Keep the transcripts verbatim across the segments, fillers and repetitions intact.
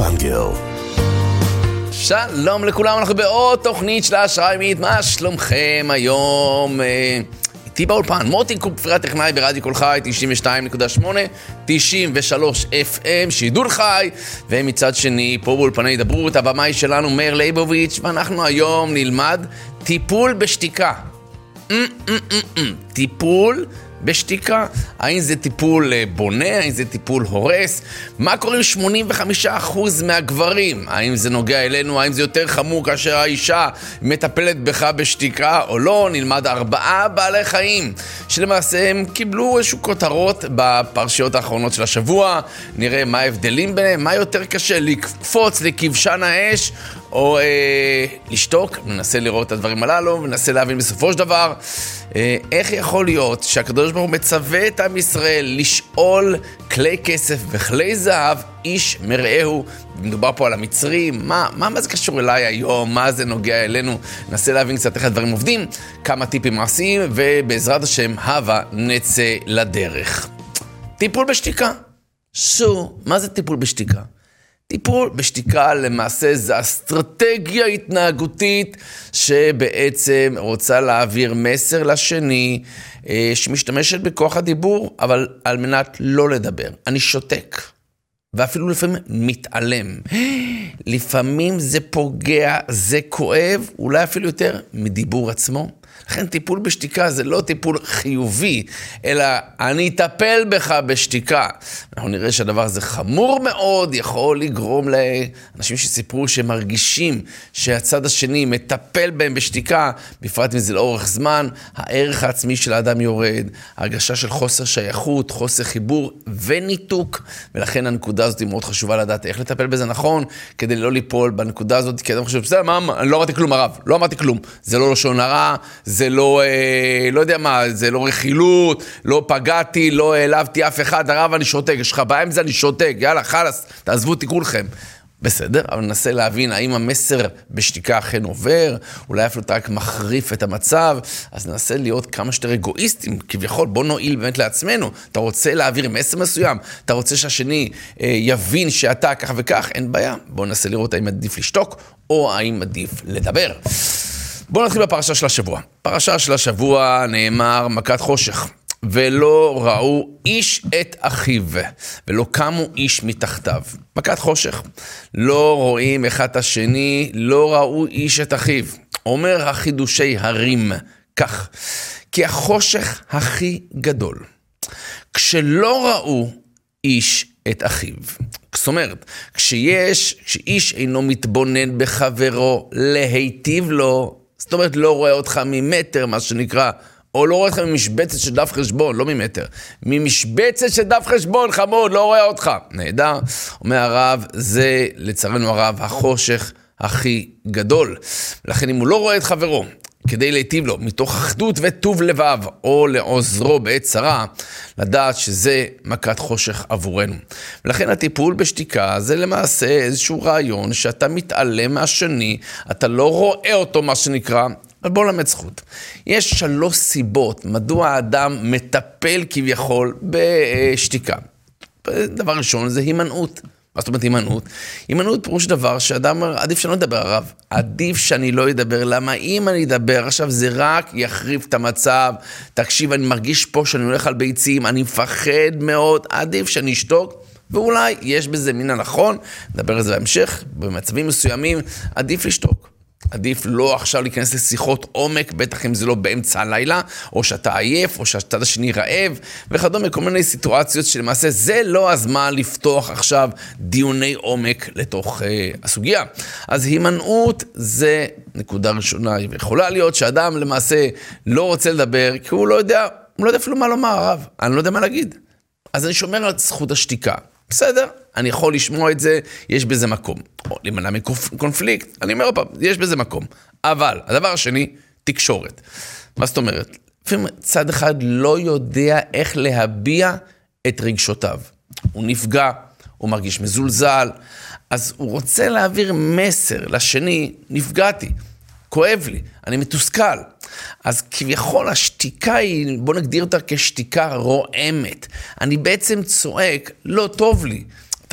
פנגר. שלום לכולם, אנחנו בעוד תוכנית של האשראי עמית. מה שלומכם היום? איתי באולפן מוטי קופפרי הטכנאי ברדיו כל חי תשעים ושתיים נקודה שמונה, תשעים ושלוש אף אם שידור חי, ומצד שני פה באולפני דברות הבמאי שלנו מאיר ליבוביץ', ואנחנו היום נלמד טיפול בשתיקה. טיפול בשתיקה. האם זה טיפול בונה? האם זה טיפול הורס? מה קורה עם שמונים וחמישה אחוז מהגברים? האם זה נוגע אלינו? האם זה יותר חמור כאשר האישה מטפלת בך בשתיקה או לא? נלמד ארבעה בעלי חיים שלמעשה הם קיבלו איזשהו כותרות בפרשיות האחרונות של השבוע. נראה מה ההבדלים ביניהם, מה יותר קשה, לקפוץ לכבשן האש או אה, לשתוק. ננסה לראות את הדברים הללו וננסה להבין בסופו של דבר אה, איך יכול להיות שהקדוש ברוך הוא מצווה את עם ישראל לשאול כלי כסף וכלי זהב איש מרעהו. מדובר פה על המצרים. מה, מה, מה זה קשור אליי היום? מה זה נוגע אלינו? ננסה להבין קצת איך הדברים עובדים, כמה טיפים מעשיים, ובעזרת השם הווה נצא לדרך. טיפול בשתיקה. שו, מה זה טיפול בשתיקה? טיפול בשתיקה למעשה זה אסטרטגיה התנהגותית שבעצם רוצה להעביר מסר לשני שמשתמשת בכוח הדיבור, אבל על מנת לא לדבר. אני שותק, ואפילו לפעמים מתעלם. לפעמים זה פוגע, זה כואב, אולי אפילו יותר מדיבור עצמו. לכן טיפול בשתיקה זה לא טיפול חיובי, אלא אני אטפל בך בשתיקה. אנחנו נראה שהדבר הזה חמור מאוד, יכול לגרום לאנשים שסיפרו שמרגישים שהצד השני מטפל בהם בשתיקה, בפרט אם זה לאורך זמן, הערך העצמי של האדם יורד, הרגשה של חוסר שייכות, חוסר חיבור וניתוק, ולכן הנקודה הזאת היא מאוד חשובה לדעת איך לטפל בזה נכון, כדי לא ליפול בנקודה הזאת, כי אדם חושב, בסדר, מה, אני לא אמרתי כלום הרב, לא אמרתי כלום, זה לא לשון הרע, זה לא, אה, לא יודע מה, זה לא רכילות, לא פגעתי, לא העלבתי אף אחד, הרב אני שותק, יש לך בעיה עם זה, אני שותק, יאללה, חלס, תעזבו אותי כולכם. בסדר, אבל ננסה להבין האם המסר בשתיקה אכן עובר, אולי אפילו אתה רק מחריף את המצב, אז ננסה להיות כמה שיותר אגואיסטים, כביכול, בוא נועיל באמת לעצמנו, אתה רוצה להעביר מסר מסוים, אתה רוצה שהשני אה, יבין שאתה כך וכך, אין בעיה, בוא ננסה לראות האם עדיף לשתוק, או האם עדיף לדבר. בואו נתחיל בפרשה של השבוע. פרשה של השבוע נאמר מכת חושך. ולא ראו איש את אחיו, ולא קמו איש מתחתיו. מכת חושך. לא רואים אחד השני, לא ראו איש את אחיו. אומר החידושי הרים כך, כי החושך הכי גדול, כשלא ראו איש את אחיו. זאת אומרת, כשיש, כשאיש אינו מתבונן בחברו להיטיב לו, זאת אומרת, לא רואה אותך ממטר, מה שנקרא, או לא רואה אותך ממשבצת של דף חשבון, לא ממטר, ממשבצת של דף חשבון, חמוד, לא רואה אותך. נהדר, אומר הרב, זה לצערנו הרב, החושך הכי גדול. לכן אם הוא לא רואה את חברו, כדי להיטיב לו, מתוך אחדות וטוב לבב, או לעוזרו בעת צרה, לדעת שזה מכת חושך עבורנו. ולכן הטיפול בשתיקה זה למעשה איזשהו רעיון שאתה מתעלם מהשני, אתה לא רואה אותו מה שנקרא, אבל בואו למד זכות. יש שלוש סיבות מדוע האדם מטפל כביכול בשתיקה. דבר ראשון זה הימנעות. מה זאת אומרת הימנעות? הימנעות פירוש דבר שאדם אומר, עדיף שאני לא אדבר הרב, עדיף שאני לא אדבר, למה אם אני אדבר עכשיו זה רק יחריף את המצב, תקשיב, אני מרגיש פה שאני הולך על ביצים, אני מפחד מאוד, עדיף שאני אשתוק, ואולי יש בזה מן הנכון, נדבר על זה בהמשך, במצבים מסוימים, עדיף לשתוק. עדיף לא עכשיו להיכנס לשיחות עומק, בטח אם זה לא באמצע הלילה, או שאתה עייף, או שהצד השני רעב, וכדומה, כל מיני סיטואציות שלמעשה זה לא הזמן לפתוח עכשיו דיוני עומק לתוך אה, הסוגיה. אז הימנעות זה נקודה ראשונה, ויכולה להיות שאדם למעשה לא רוצה לדבר, כי הוא לא יודע, הוא לא יודע אפילו מה לומר, הרב, אני לא יודע מה להגיד. אז אני שומר על זכות השתיקה. בסדר, אני יכול לשמוע את זה, יש בזה מקום. או להימנע מקונפליקט, אני אומר פעם, יש בזה מקום. אבל, הדבר השני, תקשורת. מה זאת אומרת? לפעמים צד אחד לא יודע איך להביע את רגשותיו. הוא נפגע, הוא מרגיש מזולזל, אז הוא רוצה להעביר מסר לשני, נפגעתי, כואב לי, אני מתוסכל. אז כביכול השתיקה היא, בוא נגדיר אותה כשתיקה רועמת. אני בעצם צועק, לא טוב לי. אתה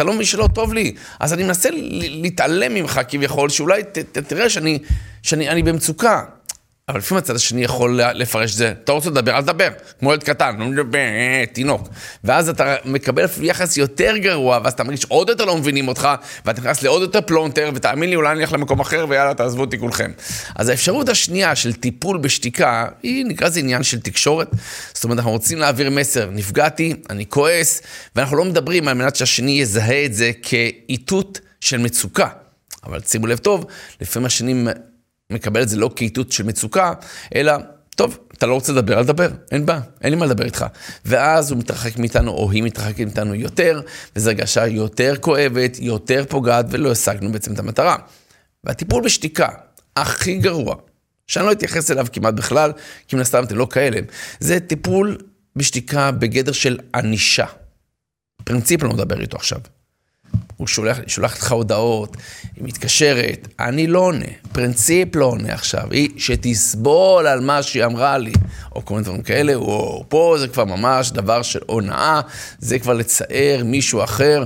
אתה לא מבין שלא טוב לי, אז אני מנסה להתעלם ממך כביכול, שאולי ת, ת, תראה שאני, שאני אני במצוקה. אבל לפעמים הצד השני יכול לפרש זה, אתה רוצה לדבר, אל תדבר, כמו ילד קטן, לא מדבר, תינוק. ואז אתה מקבל יחס יותר גרוע, ואז אתה מרגיש עוד יותר לא מבינים אותך, ואתה נכנס לעוד יותר פלונטר, ותאמין לי, אולי אני אלך למקום אחר, ויאללה, תעזבו אותי כולכם. אז האפשרות השנייה של טיפול בשתיקה, היא נקרא זה עניין של תקשורת. זאת אומרת, אנחנו רוצים להעביר מסר, נפגעתי, אני כועס, ואנחנו לא מדברים על מנת שהשני יזהה את זה כאיתות של מצוקה. אבל שימו לב טוב, לפעמים השני מקבל את זה לא כאיתות של מצוקה, אלא, טוב, אתה לא רוצה לדבר, אל תדבר, אין בעיה, אין לי מה לדבר איתך. ואז הוא מתרחק מאיתנו, או היא מתרחקת מאיתנו יותר, וזו הרגשה יותר כואבת, יותר פוגעת, ולא השגנו בעצם את המטרה. והטיפול בשתיקה, הכי גרוע, שאני לא אתייחס אליו כמעט בכלל, כי מן הסתם אתם לא כאלה, זה טיפול בשתיקה בגדר של ענישה. פרינציפ לא מדבר איתו עכשיו. הוא שולח, שולח לך הודעות, היא מתקשרת, אני לא עונה, פרינציפ לא עונה עכשיו, היא שתסבול על מה שהיא אמרה לי, או כל מיני דברים כאלה, או פה זה כבר ממש דבר של הונאה, זה כבר לצייר מישהו אחר,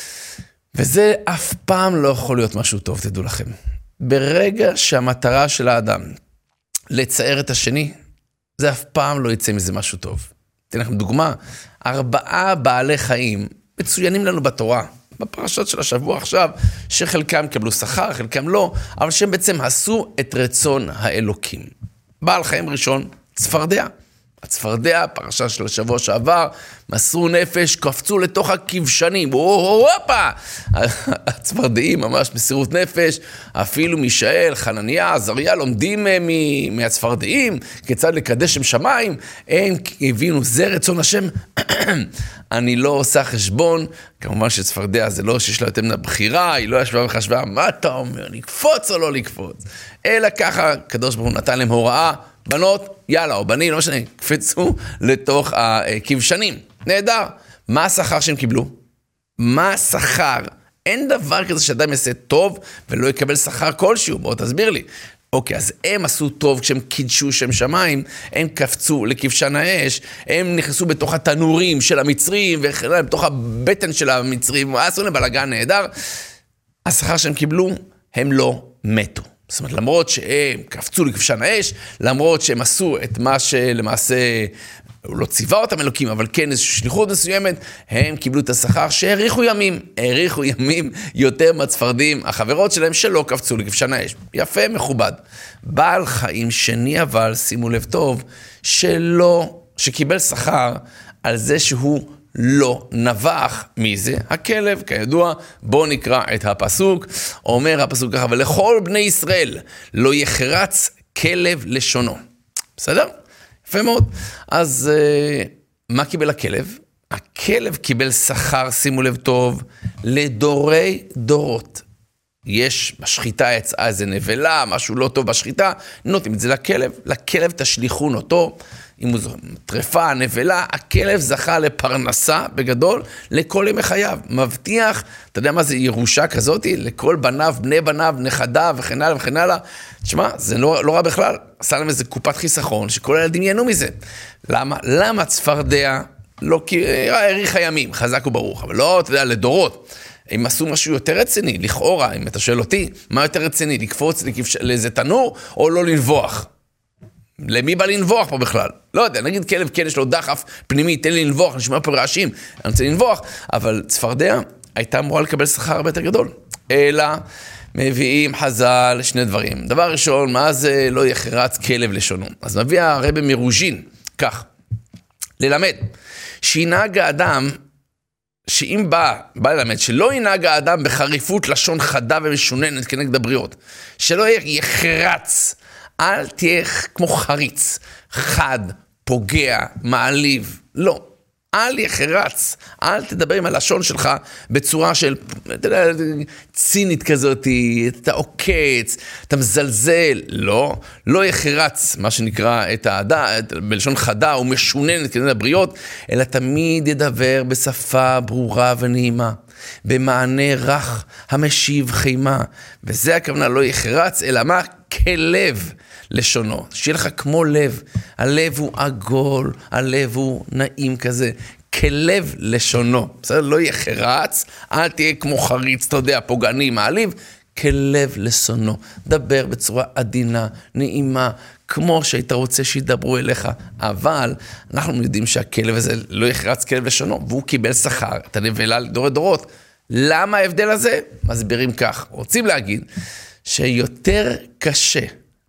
וזה אף פעם לא יכול להיות משהו טוב, תדעו לכם. ברגע שהמטרה של האדם לצייר את השני, זה אף פעם לא יצא מזה משהו טוב. אתן לכם דוגמה, ארבעה בעלי חיים מצוינים לנו בתורה, בפרשות של השבוע עכשיו, שחלקם קבלו שכר, חלקם לא, אבל שהם בעצם עשו את רצון האלוקים. בעל חיים ראשון, צפרדע. הצפרדע, פרשה של השבוע שעבר, מסרו נפש, קפצו לתוך הכבשנים, הופה! הצפרדעים ממש מסירות נפש, אפילו מישאל, חנניה, עזריה, לומדים מהצפרדעים, כיצד לקדש שם שמיים, הם הבינו, זה רצון השם, אני לא עושה חשבון, כמובן שצפרדע זה לא שיש לה יותר מן הבחירה, היא לא ישבה וחשבה, מה אתה אומר, לקפוץ או לא לקפוץ? אלא ככה, קדוש ברוך הוא נתן להם הוראה, בנות, יאללה, או בנים, לא משנה, קפצו לתוך הכבשנים. נהדר. מה השכר שהם קיבלו? מה השכר? אין דבר כזה שאדם יעשה טוב ולא יקבל שכר כלשהו. בואו תסביר לי. אוקיי, אז הם עשו טוב כשהם קידשו שם שמיים, הם קפצו לכבשן האש, הם נכנסו בתוך התנורים של המצרים, בתוך הבטן של המצרים, עשו להם בלגן נהדר. השכר שהם קיבלו, הם לא מתו. זאת אומרת, למרות שהם קפצו לכבשן האש, למרות שהם עשו את מה שלמעשה, הוא לא ציווה אותם אלוקים, אבל כן איזושהי שליחות מסוימת, הם קיבלו את השכר שהאריכו ימים, האריכו ימים יותר מהצפרדים, החברות שלהם שלא קפצו לכבשן האש. יפה, מכובד. בעל חיים שני אבל, שימו לב טוב, שלא, שקיבל שכר על זה שהוא לא נבח. מי זה? הכלב, כידוע. בוא נקרא את הפסוק. אומר הפסוק ככה, ולכל בני ישראל לא יחרץ כלב לשונו. בסדר? יפה מאוד. אז מה קיבל הכלב? הכלב קיבל שכר, שימו לב טוב, לדורי דורות. יש בשחיטה יצאה איזה נבלה, משהו לא טוב בשחיטה, נותנים את זה לכלב, לכלב תשליכון אותו, אם הוא טרפה, נבלה, הכלב זכה לפרנסה בגדול, לכל ימי חייו, מבטיח, אתה יודע מה זה ירושה כזאת, לכל בניו, בני בניו, נכדיו וכן הלאה וכן הלאה, תשמע, זה לא, לא רע בכלל, עשה להם איזה קופת חיסכון, שכל הילדים ייהנו מזה. למה? למה צפרדע לא האריך הימים, חזק וברוך, אבל לא, אתה יודע, לדורות. הם עשו משהו יותר רציני, לכאורה, אם אתה שואל אותי, מה יותר רציני, לקפוץ לאיזה תנור, או לא לנבוח? למי בא לנבוח פה בכלל? לא יודע, נגיד כלב, כן, יש לו דחף פנימי, תן לי לנבוח, אני שומע פה רעשים, אני רוצה לנבוח, אבל צפרדע הייתה אמורה לקבל שכר הרבה יותר גדול. אלא מביאים חז"ל שני דברים. דבר ראשון, מה זה לא יחרץ כלב לשונו? אז מביא הרבי מרוז'ין, כך, ללמד, שינהג האדם, שאם בא, בא ללמד, שלא ינהג האדם בחריפות לשון חדה ומשוננת כנגד הבריות, שלא יחרץ, אל תהיה כמו חריץ, חד, פוגע, מעליב, לא. אל יחרץ, אל תדבר עם הלשון שלך בצורה של, אתה יודע, צינית כזאת, אתה עוקץ, אתה מזלזל, לא, לא יחרץ, מה שנקרא, את העדה, בלשון חדה ומשוננת כנגד הבריות, אלא תמיד ידבר בשפה ברורה ונעימה, במענה רך המשיב חימה, וזה הכוונה לא יחרץ, אלא מה? כלב לשונו, שיהיה לך כמו לב, הלב הוא עגול, הלב הוא נעים כזה, כלב לשונו, בסדר? לא יהיה חרץ, אל תהיה כמו חריץ, אתה יודע, פוגעני, מעליב, כלב לשונו. דבר בצורה עדינה, נעימה, כמו שהיית רוצה שידברו אליך, אבל אנחנו יודעים שהכלב הזה לא יחרץ כלב לשונו, והוא קיבל שכר, אתה נבלה לדורי דורות. למה ההבדל הזה? מסבירים כך, רוצים להגיד שיותר קשה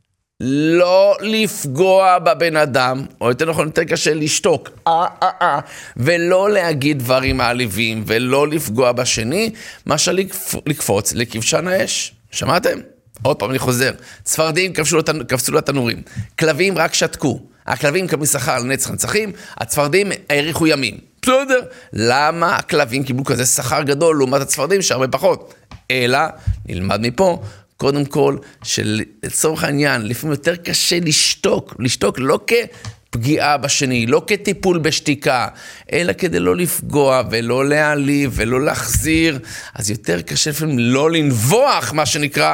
לא לפגוע בבן אדם, או יותר נכון, יותר קשה לשתוק, אה, אה, אה, ולא להגיד דברים מעליבים, ולא לפגוע בשני, מה שלקפוץ לכבשן האש. שמעתם? עוד פעם אני חוזר. צפרדים קפצו לתנורים. כלבים רק שתקו. הכלבים קיבלו שכר לנצח נצחים, הצפרדים האריכו ימים. בסדר. למה הכלבים קיבלו כזה שכר גדול לעומת הצפרדים שהרבה פחות? אלא, נלמד מפה, קודם כל, שלצורך העניין, לפעמים יותר קשה לשתוק, לשתוק לא כפגיעה בשני, לא כטיפול בשתיקה, אלא כדי לא לפגוע ולא להעליב ולא להחזיר, אז יותר קשה לפעמים לא לנבוח, מה שנקרא,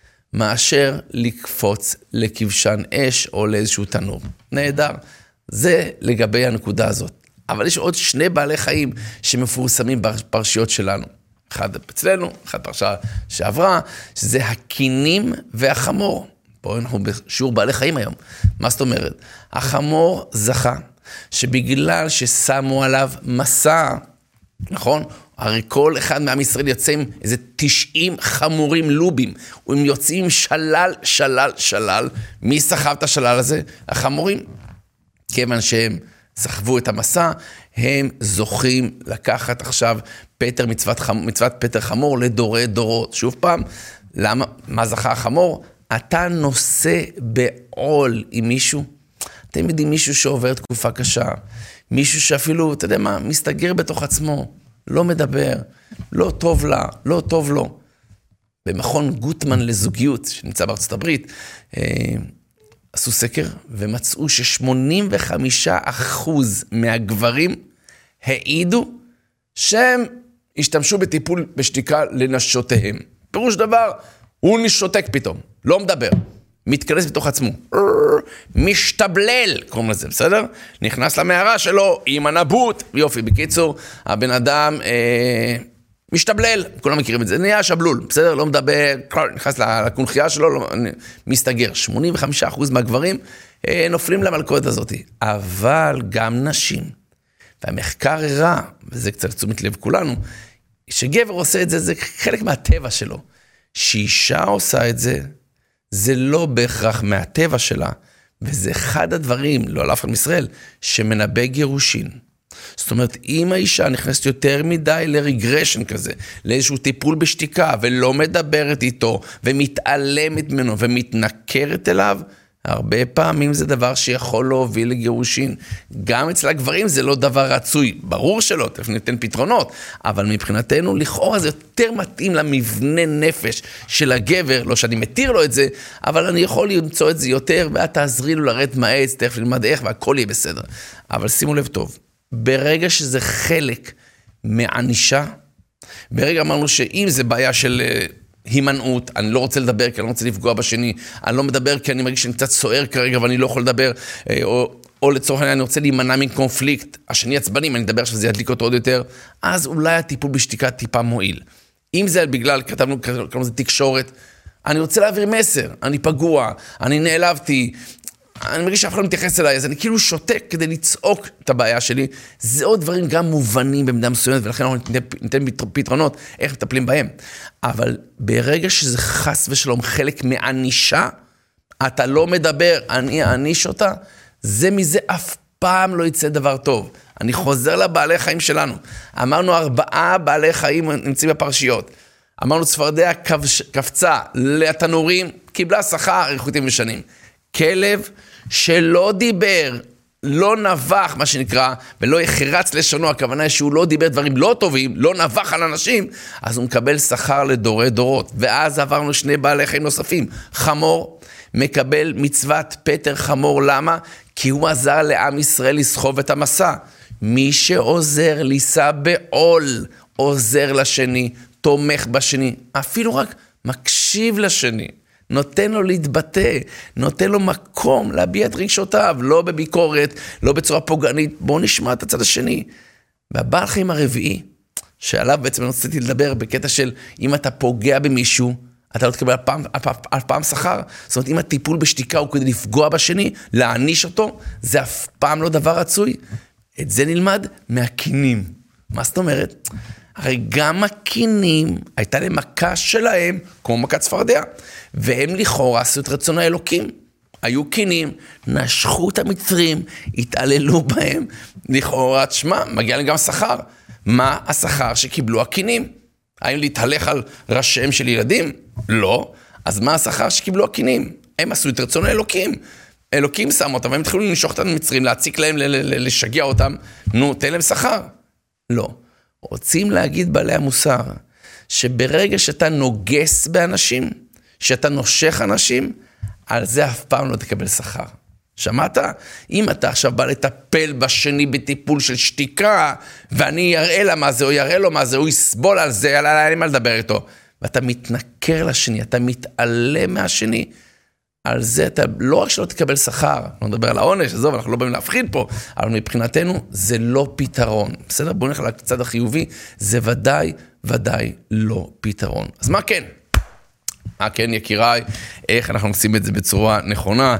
מאשר לקפוץ לכבשן אש או לאיזשהו תנור. נהדר. זה לגבי הנקודה הזאת. אבל יש עוד שני בעלי חיים שמפורסמים בפרשיות שלנו. אחד אצלנו, אחד פרשה שעברה, שזה הקינים והחמור. פה אנחנו בשיעור בעלי חיים היום. מה זאת אומרת? החמור זכה, שבגלל ששמו עליו מסע, נכון? הרי כל אחד מעם ישראל יוצא עם איזה תשעים חמורים לובים, והם יוצאים שלל, שלל, שלל. מי סחב את השלל הזה? החמורים. כיוון שהם סחבו את המסע, הם זוכים לקחת עכשיו פטר מצוות, חמור, מצוות פטר חמור לדורי דורות. שוב פעם, למה, מה זכה החמור? אתה נושא בעול עם מישהו. אתם יודעים מישהו שעובר תקופה קשה, מישהו שאפילו, אתה יודע מה, מסתגר בתוך עצמו, לא מדבר, לא טוב לה, לא טוב לו. במכון גוטמן לזוגיות, שנמצא בארצות הברית, אה, עשו סקר ומצאו ש-שמונים וחמישה אחוז מהגברים העידו שהם השתמשו בטיפול בשתיקה לנשותיהם. פירוש דבר, הוא נשותק פתאום, לא מדבר, מתכנס בתוך עצמו, משתבלל, קוראים לזה, בסדר? נכנס למערה שלו עם הנבוט, יופי, בקיצור, הבן אדם אה, משתבלל, כולם מכירים את זה, נהיה שבלול, בסדר? לא מדבר, נכנס לקונחייה שלו, לא, מסתגר. שמונים וחמישה אחוז מהגברים אה, נופלים למלכודת הזאת, אבל גם נשים, והמחקר הראה, וזה קצת תשומת לב כולנו, שגבר עושה את זה, זה חלק מהטבע שלו. שאישה עושה את זה, זה לא בהכרח מהטבע שלה, וזה אחד הדברים, לא על אף אחד מישראל, שמנבא גירושין. זאת אומרת, אם האישה נכנסת יותר מדי לרגרשן כזה, לאיזשהו טיפול בשתיקה, ולא מדברת איתו, ומתעלמת ממנו, ומתנכרת אליו, הרבה פעמים זה דבר שיכול להוביל לגירושין. גם אצל הגברים זה לא דבר רצוי, ברור שלא, תכף ניתן פתרונות, אבל מבחינתנו לכאורה זה יותר מתאים למבנה נפש של הגבר, לא שאני מתיר לו את זה, אבל אני יכול למצוא את זה יותר, ואת תעזרי לו לרדת מהעץ, תכף ללמד איך, והכל יהיה בסדר. אבל שימו לב טוב, ברגע שזה חלק מענישה, ברגע אמרנו שאם זה בעיה של הימנעות, אני לא רוצה לדבר כי אני לא רוצה לפגוע בשני, אני לא מדבר כי אני מרגיש שאני קצת סוער כרגע ואני לא יכול לדבר, או, או לצורך העניין אני רוצה להימנע מקונפליקט, השני עצבנים, אני אדבר שזה ידליק אותו עוד יותר, אז אולי הטיפול בשתיקה טיפה מועיל. אם זה בגלל, כתבנו, כתבנו זה תקשורת, אני רוצה להעביר מסר, אני פגוע, אני נעלבתי, אני מרגיש שאף אחד לא מתייחס אליי, אז אני כאילו שותק כדי לצעוק את הבעיה שלי. זה עוד דברים גם מובנים במידה מסוימת, ולכן אנחנו ניתן פתרונות איך מטפלים בהם. אבל ברגע שזה חס ושלום חלק מענישה, אתה לא מדבר, אני אעניש אותה, זה מזה אף פעם לא יצא דבר טוב. אני חוזר לבעלי חיים שלנו. אמרנו ארבעה בעלי חיים נמצאים בפרשיות. אמרנו צפרדע קפצה לתנורים, קיבלה שכר איכותיים ושנים. כלב שלא דיבר, לא נבח, מה שנקרא, ולא יחרץ לשונו, הכוונה היא שהוא לא דיבר דברים לא טובים, לא נבח על אנשים, אז הוא מקבל שכר לדורי דורות. ואז עברנו שני בעלי חיים נוספים. חמור מקבל מצוות פטר חמור, למה? כי הוא עזר לעם ישראל לסחוב את המסע. מי שעוזר לישא בעול, עוזר לשני, תומך בשני, אפילו רק מקשיב לשני. נותן לו להתבטא, נותן לו מקום להביע את רגשותיו, לא בביקורת, לא בצורה פוגענית. בואו נשמע את הצד השני. והבעל חיים הרביעי, שעליו בעצם אני רציתי לדבר בקטע של אם אתה פוגע במישהו, אתה לא תקבל על פעם, על פעם, על פעם שכר. זאת אומרת, אם הטיפול בשתיקה הוא כדי לפגוע בשני, להעניש אותו, זה אף פעם לא דבר רצוי. את זה נלמד מהקינים. מה זאת אומרת? הרי גם הקינים, הייתה להם מכה שלהם, כמו מכת צפרדע, והם לכאורה עשו את רצון האלוקים. היו קינים, נשכו את המצרים, התעללו בהם, לכאורה, תשמע, מגיע להם גם שכר. מה השכר שקיבלו הקינים? האם להתהלך על ראשיהם של ילדים? לא. אז מה השכר שקיבלו הקינים? הם עשו את רצון האלוקים. אלוקים שם אותם, והם התחילו לנשוך את המצרים, להציק להם, לשגע אותם. נו, תן להם שכר. לא. רוצים להגיד בעלי המוסר, שברגע שאתה נוגס באנשים, שאתה נושך אנשים, על זה אף פעם לא תקבל שכר. שמעת? אם אתה עכשיו בא לטפל בשני בטיפול של שתיקה, ואני אראה לה מה זה, או יראה לו מה זה, הוא יסבול על זה, על מה לדבר איתו. ואתה מתנכר לשני, אתה מתעלם מהשני, על זה אתה לא רק שלא תקבל שכר, לא נדבר על העונש, עזוב, אנחנו לא באים להפחיד פה, אבל מבחינתנו זה לא פתרון. בסדר? בואו נלך לצד החיובי, זה ודאי, ודאי לא פתרון. אז מה כן? מה כן, יקיריי? איך אנחנו עושים את זה בצורה נכונה?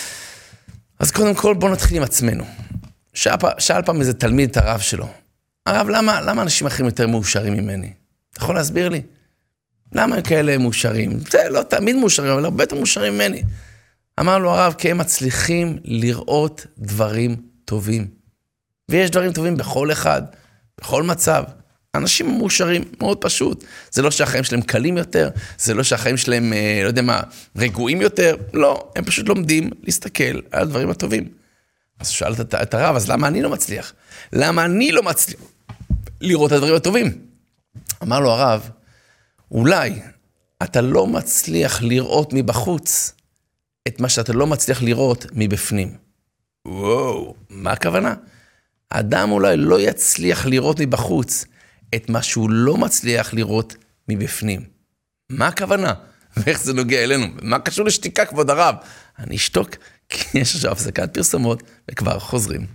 אז קודם כל בואו נתחיל עם עצמנו. שאל, שאל פעם איזה תלמיד את הרב שלו, הרב, למה, למה אנשים אחרים יותר מאושרים ממני? אתה יכול להסביר לי? למה הם כאלה מאושרים? זה לא תמיד מאושרים, אבל הרבה יותר מאושרים ממני. אמר לו הרב, כי הם מצליחים לראות דברים טובים. ויש דברים טובים בכל אחד, בכל מצב. אנשים מאושרים, מאוד פשוט. זה לא שהחיים שלהם קלים יותר, זה לא שהחיים שלהם, לא יודע מה, רגועים יותר. לא, הם פשוט לומדים להסתכל על הדברים הטובים. אז שאלת את, את הרב, אז למה אני לא מצליח? למה אני לא מצליח לראות את הדברים הטובים? אמר לו הרב, אולי אתה לא מצליח לראות מבחוץ את מה שאתה לא מצליח לראות מבפנים. וואו, מה הכוונה? האדם אולי לא יצליח לראות מבחוץ את מה שהוא לא מצליח לראות מבפנים. מה הכוונה? ואיך זה נוגע אלינו? מה קשור לשתיקה, כבוד הרב? אני אשתוק, כי יש עכשיו הפסקת פרסומות, וכבר חוזרים.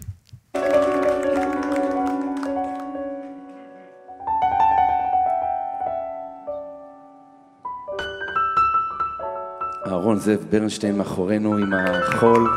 אהרון זאב ברנשטיין מאחורינו עם החול.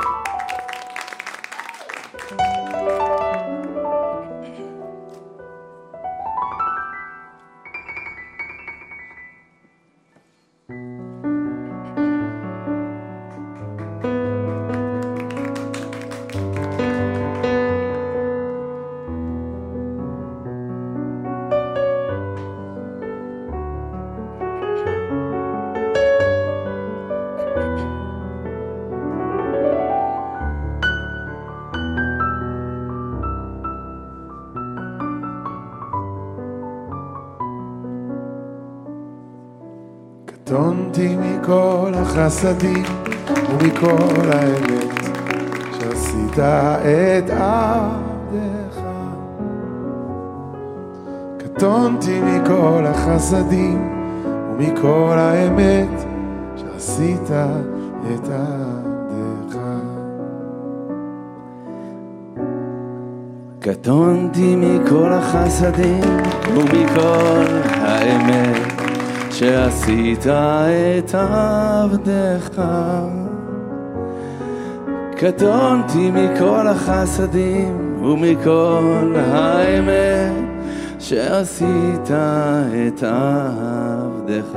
קטונתי מכל החסדים ומכל האמת שעשית את עבדך. קטונתי מכל החסדים ומכל האמת שעשית את עבדך. קטונתי מכל החסדים ומכל האמת שעשית את עבדך. קטונתי מכל החסדים ומכל האמת שעשית את עבדך.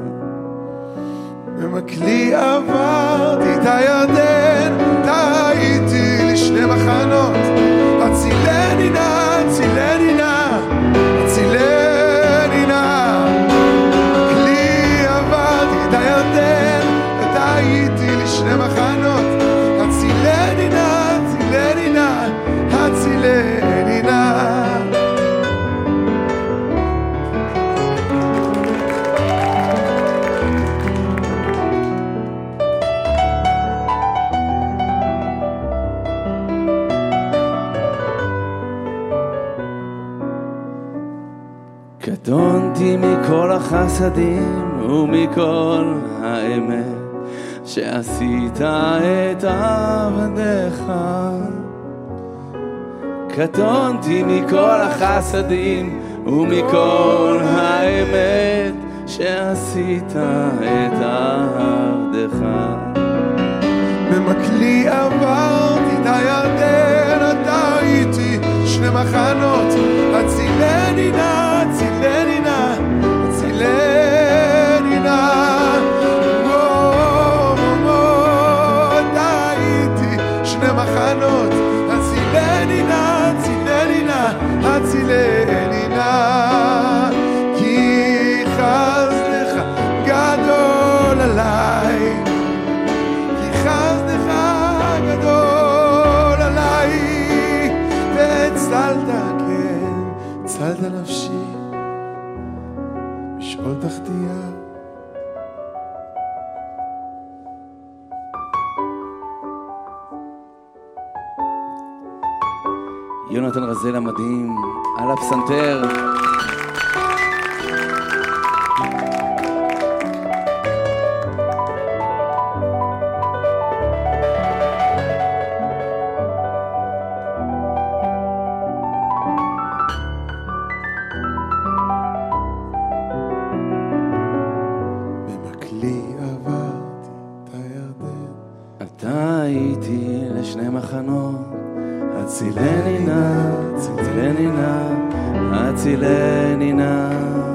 במקלי עברתי את הירדן, טעיתי לשני מחנות, הצילני נא, הצילני נא, הצילני נא. מקלי עברתי את הירדן, טעיתי לשני מחנות, הצילני נא, הצילני נא, הצילני נא. קטונתי מכל החסדים ומכל האמת שעשית את עבדך. קטונתי מכל החסדים ומכל האמת שעשית את עבדך. במקלי עברתי את הירדן, אתה איתי שני מחנות, הצילני נא, הצילני נא, הצילני נא. מו, מו, מו, אתה איתי שני מחנות, הצילני נא, הצילני נא, הצילני נא. כי חסדך גדול עליי, כי חסדך גדול עליי, והצלת, כן, הצלת נפשי משאול תחתיה. יונתן רזל המדהים על הפסנתר. במקלי עברתי את הירדן, אתה הייתי לשני מחנות, הצילני נא, הצילני נא, הצילני נא.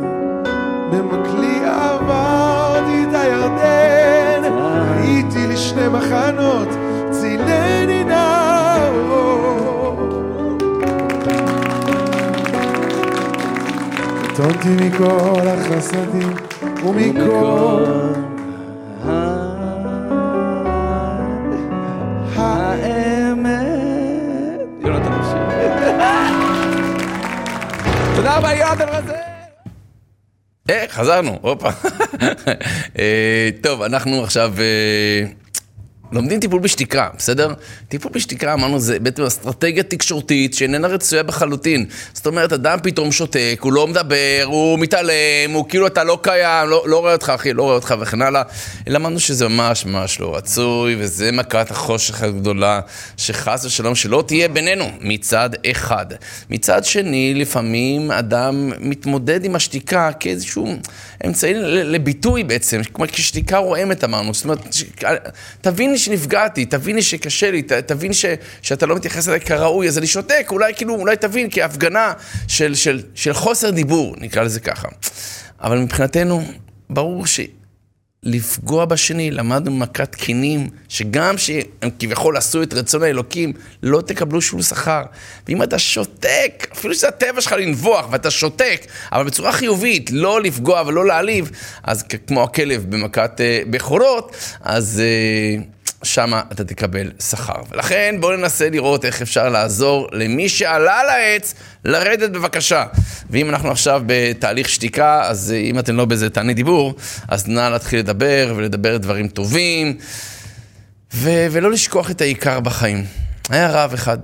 במקלי עברתי את הירדן, הייתי לשני מחנות, צילני נא. קטונתי מכל החסדים ומכל תודה רבה, יונתן רזל. אה, חזרנו, הופה. אה, טוב, אנחנו עכשיו אה, לומדים טיפול בשתיקה, בסדר? טיפול בשתיקה, אמרנו, זה בעצם אסטרטגיה תקשורתית שאיננה רצויה בחלוטין. זאת אומרת, אדם פתאום שותק, הוא לא מדבר, הוא מתעלם, הוא כאילו אתה לא קיים, לא, לא רואה אותך, אחי, לא רואה אותך וכן הלאה. למדנו שזה ממש ממש לא רצוי, וזה מכת החושך הגדולה, שחס ושלום שלא תהיה בינינו, מצד אחד. מצד שני, לפעמים אדם מתמודד עם השתיקה כאיזשהו אמצעי לביטוי בעצם, כמו כשתיקה רועמת אמרנו. זאת אומרת, תביני שנפגעתי, תביני שקשה לי, תבין ש, שאתה לא מתייחס אליי כראוי, אז אני שותק, אולי כאילו, אולי תבין, כהפגנה של, של, של חוסר דיבור, נקרא לזה ככה. אבל מבחינתנו, ברור שלפגוע בשני, למדנו מכת קינים, שגם שהם כביכול עשו את רצון האלוקים, לא תקבלו שום שכר. ואם אתה שותק, אפילו שזה הטבע שלך לנבוח, ואתה שותק, אבל בצורה חיובית, לא לפגוע ולא להעליב, אז כמו הכלב במכת uh, בכורות, אז uh, שמה אתה תקבל שכר. ולכן בואו ננסה לראות איך אפשר לעזור למי שעלה לעץ, לרדת בבקשה. ואם אנחנו עכשיו בתהליך שתיקה, אז אם אתם לא באיזה תעני דיבור, אז נא להתחיל לדבר ולדבר דברים טובים, ו- ולא לשכוח את העיקר בחיים. היה רב אחד,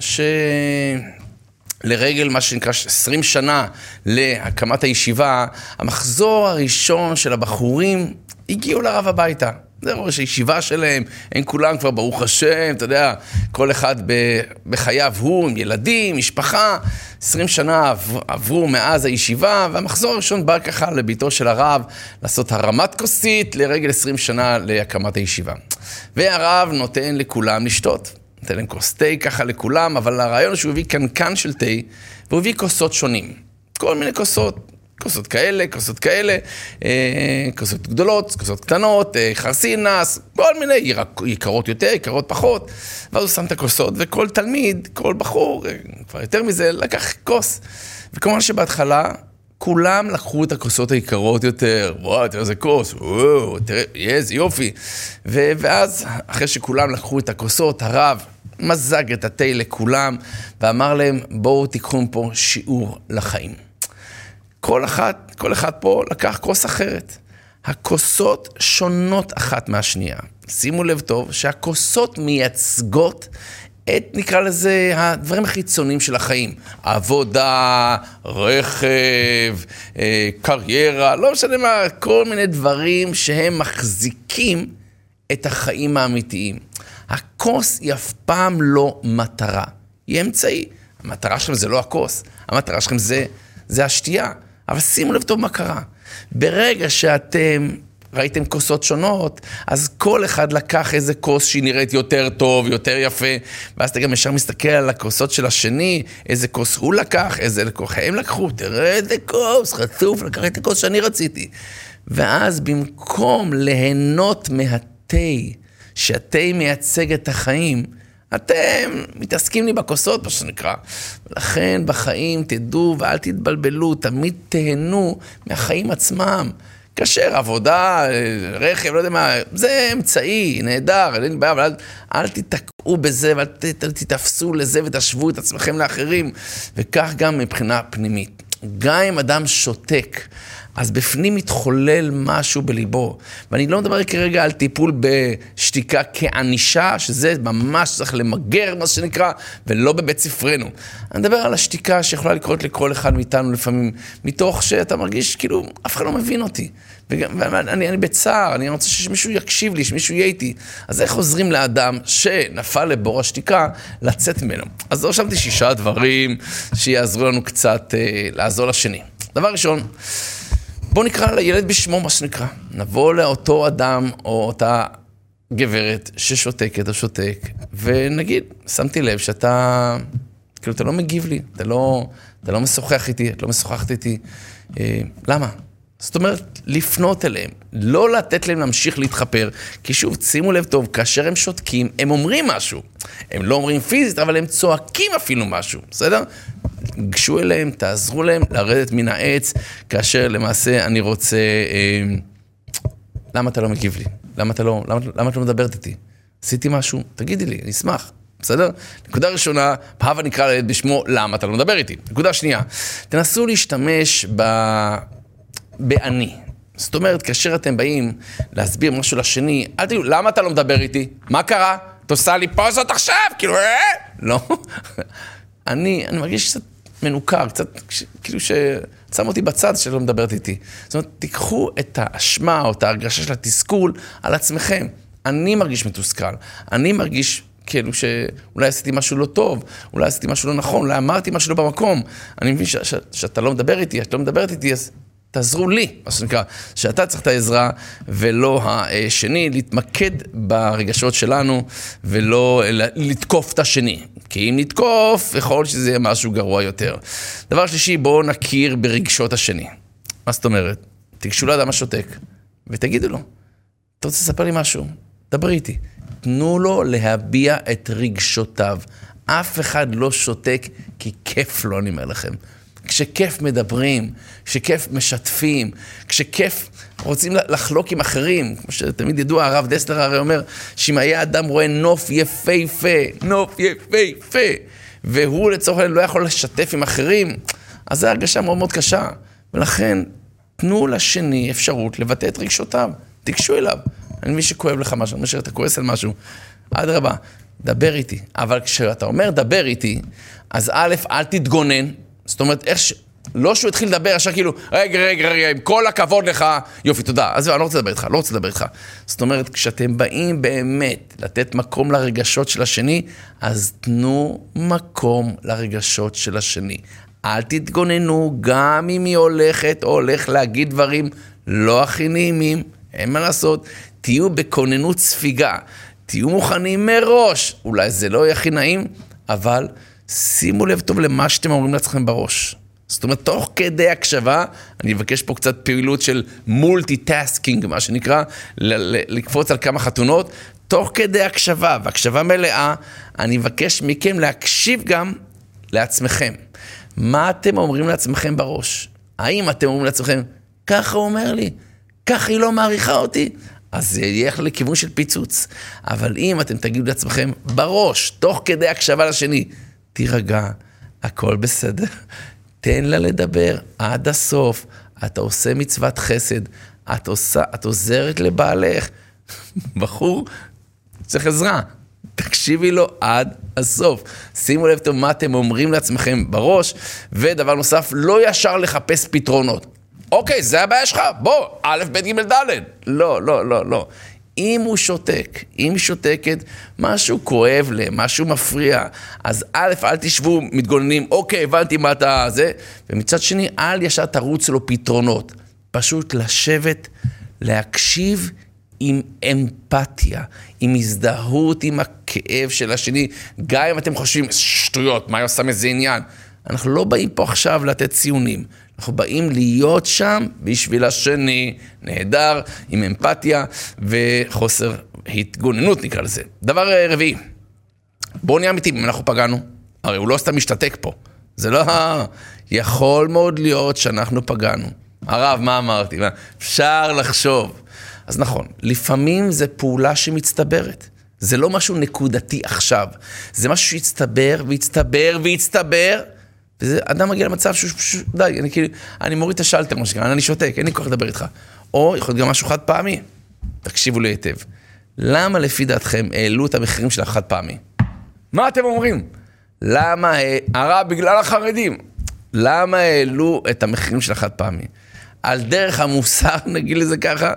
שלרגל מה שנקרא עשרים שנה להקמת הישיבה, המחזור הראשון של הבחורים הגיעו לרב הביתה. זה ראש הישיבה שלהם, הם כולם כבר ברוך השם, אתה יודע, כל אחד בחייו הוא, עם ילדים, משפחה, עשרים שנה עברו מאז הישיבה, והמחזור הראשון בא ככה לביתו של הרב, לעשות הרמת כוסית לרגל עשרים שנה להקמת הישיבה. והרב נותן לכולם לשתות, נותן להם כוס תה ככה לכולם, אבל הרעיון שהוא הביא קנקן של תה, והוא הביא כוסות שונים, כל מיני כוסות, כוסות כאלה, כוסות כאלה, אה, כוסות גדולות, כוסות קטנות, אה, חרסינס, כל מיני, יקרות, יקרות יותר, יקרות פחות, ואז הוא שם את הכוסות, וכל תלמיד, כל בחור, אה, כבר יותר מזה, לקח כוס. וכמובן שבהתחלה, כולם לקחו את הכוסות היקרות יותר, וואו, תראה איזה כוס, וואו, תראה, איזה יופי. ו- ואז, אחרי שכולם לקחו את הכוסות, הרב מזג את התה לכולם, ואמר להם, בואו תיקחו פה שיעור לחיים. כל אחד, כל אחד פה לקח כוס אחרת. הכוסות שונות אחת מהשנייה. שימו לב טוב שהכוסות מייצגות את, נקרא לזה, הדברים החיצוניים של החיים. עבודה, רכב, קריירה, לא משנה מה, כל מיני דברים שהם מחזיקים את החיים האמיתיים. הכוס היא אף פעם לא מטרה, היא אמצעי. המטרה שלכם זה לא הכוס, המטרה שלכם זה, זה השתייה. אבל שימו לב טוב מה קרה. ברגע שאתם ראיתם כוסות שונות, אז כל אחד לקח איזה כוס שהיא נראית יותר טוב, יותר יפה, ואז אתה גם ישר מסתכל על הכוסות של השני, איזה כוס הוא לקח, איזה לקוח הם לקחו, תראה איזה כוס, חצוף, לקח את הכוס שאני רציתי. ואז במקום ליהנות מהתה, שהתה מייצג את החיים, אתם מתעסקים לי בכוסות, מה שנקרא. ולכן בחיים תדעו ואל תתבלבלו, תמיד תהנו מהחיים עצמם. כאשר עבודה, רכב, לא יודע מה, זה אמצעי, נהדר, אין בעיה, אבל אל, אל תתקעו בזה ואל תתפסו לזה ותשוו את עצמכם לאחרים. וכך גם מבחינה פנימית. גם אם אדם שותק, אז בפנים מתחולל משהו בליבו. ואני לא מדבר כרגע על טיפול בשתיקה כענישה, שזה ממש צריך למגר, מה שנקרא, ולא בבית ספרנו. אני מדבר על השתיקה שיכולה לקרות לכל אחד מאיתנו לפעמים, מתוך שאתה מרגיש כאילו, אף אחד לא מבין אותי. ואני אני בצער, אני רוצה שמישהו יקשיב לי, שמישהו יהיה איתי. אז איך עוזרים לאדם שנפל לבור השתיקה לצאת ממנו? אז לא שמתי שישה דברים שיעזרו לנו קצת אה, לעזור לשני. דבר ראשון, בוא נקרא לילד בשמו, מה שנקרא. נבוא לאותו אדם או אותה גברת ששותקת או שותק, ונגיד, שמתי לב שאתה, כאילו, אתה לא מגיב לי, אתה לא, אתה לא משוחח איתי, אתה לא משוחחת איתי. אה, למה? זאת אומרת, לפנות אליהם, לא לתת להם להמשיך להתחפר, כי שוב, שימו לב טוב, כאשר הם שותקים, הם אומרים משהו. הם לא אומרים פיזית, אבל הם צועקים אפילו משהו, בסדר? גשו אליהם, תעזרו להם לרדת מן העץ, כאשר למעשה אני רוצה, אה, למה אתה לא מגיב לי? למה אתה לא, למה, למה אתה לא מדברת איתי? עשיתי משהו? תגידי לי, אני אשמח, בסדר? נקודה ראשונה, הבה נקרא לילד בשמו, למה אתה לא מדבר איתי? נקודה שנייה, תנסו להשתמש ב... בעני. זאת אומרת, כאשר אתם באים להסביר משהו לשני, אל תגידו, למה אתה לא מדבר איתי? מה קרה? אתה עושה לי פוזות עכשיו? כאילו, אה? לא. אני, אני מרגיש קצת מנוכר, קצת, כאילו ששם אותי בצד שלא מדברת איתי. זאת אומרת, תיקחו את האשמה או את ההרגשה של התסכול על עצמכם. אני מרגיש מתוסכל. אני מרגיש כאילו שאולי עשיתי משהו לא טוב, אולי עשיתי משהו לא נכון, אולי אמרתי משהו לא במקום. אני מבין ש- ש- שאתה לא מדבר איתי, שאתה לא מדברת איתי, אז תעזרו לי, מה שנקרא, שאתה צריך את העזרה ולא השני, להתמקד ברגשות שלנו ולא לתקוף את השני. כי אם נתקוף, יכול שזה יהיה משהו גרוע יותר. דבר שלישי, בואו נכיר ברגשות השני. מה זאת אומרת? תיגשו לאדם השותק ותגידו לו, אתה רוצה לספר לי משהו? דברי איתי. תנו לו להביע את רגשותיו. אף אחד לא שותק כי כיף לו, אני אומר לכם. כשכיף מדברים, כשכיף משתפים, כשכיף רוצים לחלוק עם אחרים, כמו שתמיד ידוע, הרב דסלר הרי אומר, שאם היה אדם רואה נוף יפהפה, נוף יפהפה, והוא לצורך העניין לא יכול לשתף עם אחרים, אז זו הרגשה מאוד מאוד קשה. ולכן, תנו לשני אפשרות לבטא את רגשותיו, תיגשו אליו. אני מבין שכואב לך משהו, אני מבין שאתה כועס על משהו, עד רבה, דבר איתי. אבל כשאתה אומר דבר איתי, אז א', אל תתגונן, זאת אומרת, איך ש... לא שהוא התחיל לדבר, עכשיו כאילו, רגע, רגע, רגע, עם כל הכבוד לך, יופי, תודה. אז אני לא רוצה לדבר איתך, לא רוצה לדבר איתך. זאת אומרת, כשאתם באים באמת לתת מקום לרגשות של השני, אז תנו מקום לרגשות של השני. אל תתגוננו, גם אם היא הולכת או הולך להגיד דברים לא הכי נעימים, אין מה לעשות, תהיו בכוננות ספיגה, תהיו מוכנים מראש, אולי זה לא יהיה הכי נעים, אבל שימו לב טוב למה שאתם אומרים לעצמכם בראש. זאת אומרת, תוך כדי הקשבה, אני אבקש פה קצת פעילות של מולטי-טסקינג, מה שנקרא, לקפוץ על כמה חתונות, תוך כדי הקשבה, והקשבה מלאה, אני אבקש מכם להקשיב גם לעצמכם. מה אתם אומרים לעצמכם בראש? האם אתם אומרים לעצמכם, ככה הוא אומר לי, ככה היא לא מעריכה אותי, אז זה יהיה לכיוון של פיצוץ. אבל אם אתם תגידו לעצמכם בראש, תוך כדי הקשבה לשני, תירגע, הכל בסדר, תן לה לדבר עד הסוף, אתה עושה מצוות חסד, את, עושה, את עוזרת לבעלך, בחור, צריך עזרה, תקשיבי לו עד הסוף, שימו לב טוב מה אתם אומרים לעצמכם בראש, ודבר נוסף, לא ישר לחפש פתרונות. אוקיי, זה הבעיה שלך, בוא, א', ב', ג', ד'. לא, לא, לא, לא. אם הוא שותק, אם היא שותקת, משהו כואב להם, משהו מפריע, אז א', אל תשבו מתגוננים, אוקיי, הבנתי מה אתה זה, ומצד שני, אל ישר תרוץ לו פתרונות. פשוט לשבת, להקשיב עם אמפתיה, עם הזדהות, עם הכאב של השני, גם אם אתם חושבים, שטויות, מה עושה מזה עניין? אנחנו לא באים פה עכשיו לתת ציונים, אנחנו באים להיות שם בשביל השני, נהדר, עם אמפתיה וחוסר התגוננות נקרא לזה. דבר רביעי, בואו נהיה אמיתיים, אם אנחנו פגענו, הרי הוא לא סתם משתתק פה, זה לא, יכול מאוד להיות שאנחנו פגענו. הרב, מה אמרתי? מה? אפשר לחשוב. אז נכון, לפעמים זה פעולה שמצטברת. זה לא משהו נקודתי עכשיו. זה משהו שיצטבר ויצטבר ויצטבר, וזה אדם מגיע למצב שהוא פשוט, די, אני כאילו, אני מוריד את השלטר, מה שקרה, אני שותק, אין לי כוח לדבר איתך. או יכול להיות גם משהו חד פעמי. תקשיבו לי היטב. למה לפי דעתכם העלו את המחירים של החד פעמי? מה אתם אומרים? למה, הרב, בגלל החרדים. למה העלו את המחירים של החד פעמי? על דרך המוסר, נגיד לזה ככה,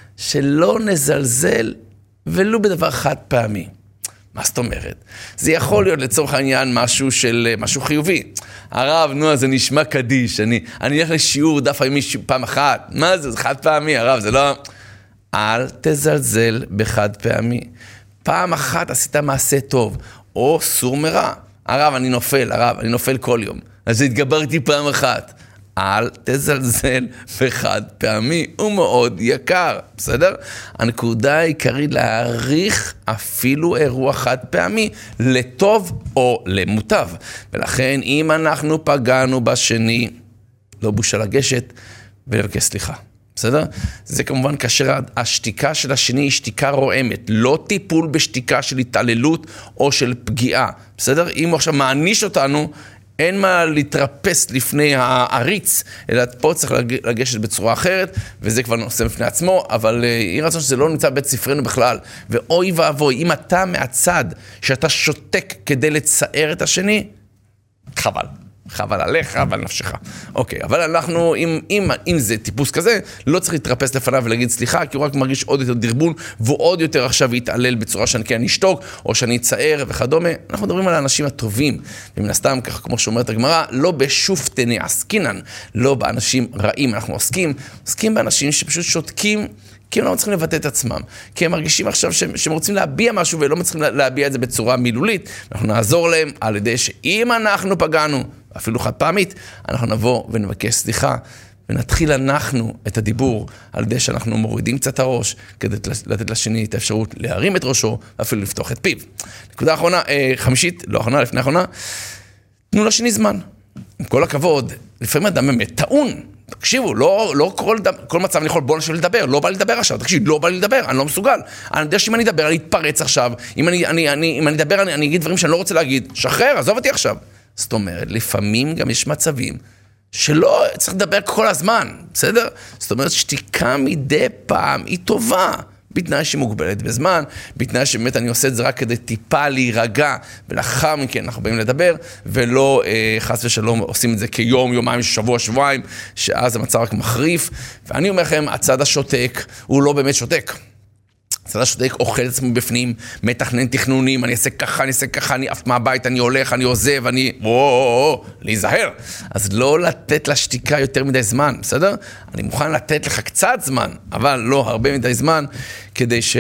שלא נזלזל ולו בדבר חד פעמי. מה זאת אומרת? זה יכול להיות לצורך העניין משהו של, משהו חיובי. הרב, נו, זה נשמע קדיש, אני, אני אלך לשיעור דף הימי פעם אחת. מה זה? זה חד פעמי, הרב, זה לא... אל תזלזל בחד פעמי. פעם אחת עשית מעשה טוב, או סור מרע. הרב, אני נופל, הרב, אני נופל כל יום. אז התגברתי פעם אחת. אל תזלזל בחד פעמי, הוא מאוד יקר, בסדר? הנקודה העיקרית להעריך אפילו אירוע חד פעמי, לטוב או למוטב. ולכן אם אנחנו פגענו בשני, לא בושה לגשת ולבקש סליחה. בסדר? זה כמובן כאשר השתיקה של השני היא שתיקה רועמת, לא טיפול בשתיקה של התעללות או של פגיעה. בסדר? אם הוא עכשיו מעניש אותנו, אין מה להתרפס לפני העריץ, אלא פה צריך לגשת בצורה אחרת, וזה כבר נושא בפני עצמו, אבל יהי רצון שזה לא נמצא בית ספרנו בכלל, ואוי ואבוי, אם אתה מהצד שאתה שותק כדי לצער את השני, חבל. חבל עליך, אבל נפשך. אוקיי, אבל אנחנו, אם, אם, אם זה טיפוס כזה, לא צריך להתרפס לפניו ולהגיד סליחה, כי הוא רק מרגיש עוד יותר דרבון, והוא עוד יותר עכשיו יתעלל בצורה שאני כן נשתוק, או שאני אצער וכדומה. אנחנו מדברים על האנשים הטובים, ומן הסתם, ככה כמו שאומרת הגמרא, לא בשופטני עסקינן, לא באנשים רעים אנחנו עוסקים, עוסקים באנשים שפשוט שותקים, כי הם לא מצליחים לבטא את עצמם, כי הם מרגישים עכשיו שהם, שהם רוצים להביע משהו, ולא מצליחים להביע את זה בצורה מילולית. אנחנו נעזור להם על ידי שאם אנחנו פגענו, אפילו חד פעמית, אנחנו נבוא ונבקש סליחה, ונתחיל אנחנו את הדיבור על ידי שאנחנו מורידים קצת הראש, כדי לתת לשני את האפשרות להרים את ראשו, ואפילו לפתוח את פיו. נקודה אחרונה, חמישית, לא אחרונה, לפני אחרונה, תנו לשני זמן. עם כל הכבוד, לפעמים אדם באמת טעון, תקשיבו, לא, לא כל, כל מצב אני יכול בוא נשב לדבר, לא בא לי לדבר עכשיו, תקשיב, לא בא לי לדבר, אני לא מסוגל. אני יודע שאם אני אדבר, אני אתפרץ עכשיו, אם אני, אני, אני, אם אני אדבר, אני, אני אגיד דברים שאני לא רוצה להגיד, שחרר, עזוב אותי עכשיו. זאת אומרת, לפעמים גם יש מצבים שלא צריך לדבר כל הזמן, בסדר? זאת אומרת, שתיקה מדי פעם היא טובה, בתנאי שהיא מוגבלת בזמן, בתנאי שבאמת אני עושה את זה רק כדי טיפה להירגע, ולאחר מכן אנחנו באים לדבר, ולא אה, חס ושלום עושים את זה כיום, יומיים, שבוע, שבועיים, שאז המצב רק מחריף, ואני אומר לכם, הצד השותק הוא לא באמת שותק. הצד השותק אוכל את עצמו בפנים, מתכנן תכנונים, אני אעשה ככה, אני אעשה ככה, אני אף מהבית, אני הולך, אני עוזב, אני... וואו, להיזהר. אז לא לתת לשתיקה יותר מדי זמן, בסדר? אני מוכן לתת לך קצת זמן, אבל לא הרבה מדי זמן, כדי ש...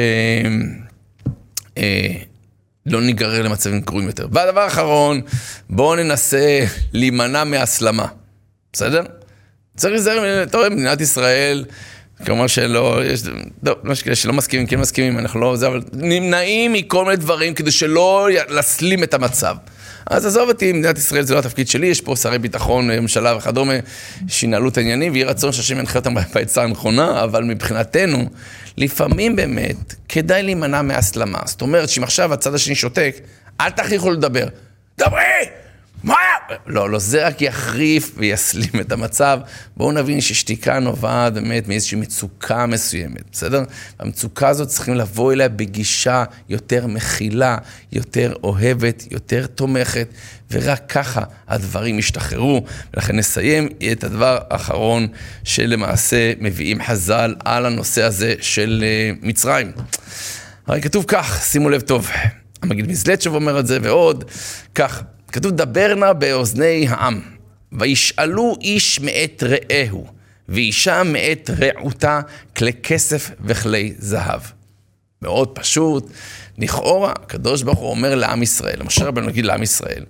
אה, לא ניגרר למצבים קרובים יותר. והדבר האחרון, בואו ננסה להימנע מהסלמה. בסדר? צריך להיזהר, אתה רואה, מדינת ישראל... כלומר שלא, יש, לא, לא שכאלה שלא מסכימים, כן מסכימים, אנחנו לא, זה, אבל נמנעים מכל מיני דברים כדי שלא להסלים את המצב. אז עזוב אותי, מדינת ישראל זה לא התפקיד שלי, יש פה שרי ביטחון, ממשלה וכדומה, שינהלו את העניינים, ויהיה רצון שהשם ינחה אותם בעצה הנכונה, אבל מבחינתנו, לפעמים באמת, כדאי להימנע מהסלמה. זאת אומרת, שאם עכשיו הצד השני שותק, אל תכריחו לדבר. דברי! מה? לא, לא, זה רק יחריף ויסלים את המצב. בואו נבין ששתיקה נובעת באמת מאיזושהי מצוקה מסוימת, בסדר? המצוקה הזאת צריכים לבוא אליה בגישה יותר מכילה, יותר אוהבת, יותר תומכת, ורק ככה הדברים ישתחררו. ולכן נסיים את הדבר האחרון שלמעשה מביאים חז"ל על הנושא הזה של מצרים. הרי כתוב כך, שימו לב טוב, המגיד מזלצ'וב אומר את זה ועוד, כך, כתוב דברנה באוזני העם, וישאלו איש מאת רעהו, ואישה מאת רעותה, כלי כסף וכלי זהב. מאוד פשוט, לכאורה, הקדוש ברוך הוא אומר לעם ישראל, משה רבנו נגיד לעם ישראל,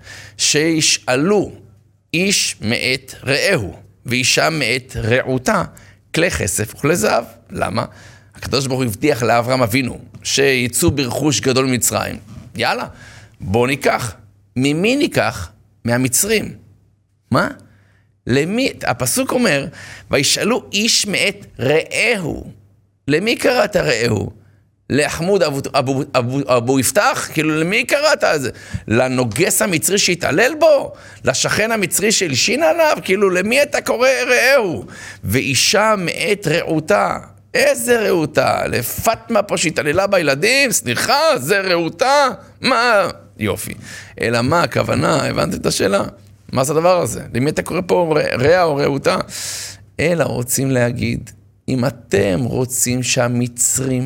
שישאלו איש מאת רעהו, ואישה מאת רעותה, כלי כסף וכלי זהב. למה? הקדוש ברוך הוא הבטיח לאברהם אבינו, שיצאו ברכוש גדול ממצרים. יאללה, בוא ניקח. ממי ניקח? מהמצרים. מה? למי? הפסוק אומר, וישאלו איש מאת רעהו. למי קראת רעהו? לאחמוד אבו, אבו, אבו, אבו יפתח? כאילו למי קראת את זה? לנוגס המצרי שהתעלל בו? לשכן המצרי שהלשין עליו? כאילו למי אתה קורא רעהו? ואישה מאת רעותה. איזה רעותה? לפטמה פה שהתעללה בילדים? סליחה, זה רעותה? מה? יופי. אלא מה הכוונה? הבנתי את השאלה. מה זה הדבר הזה? למי אתה קורא פה רע או רעותה? אלא רוצים להגיד, אם אתם רוצים שהמצרים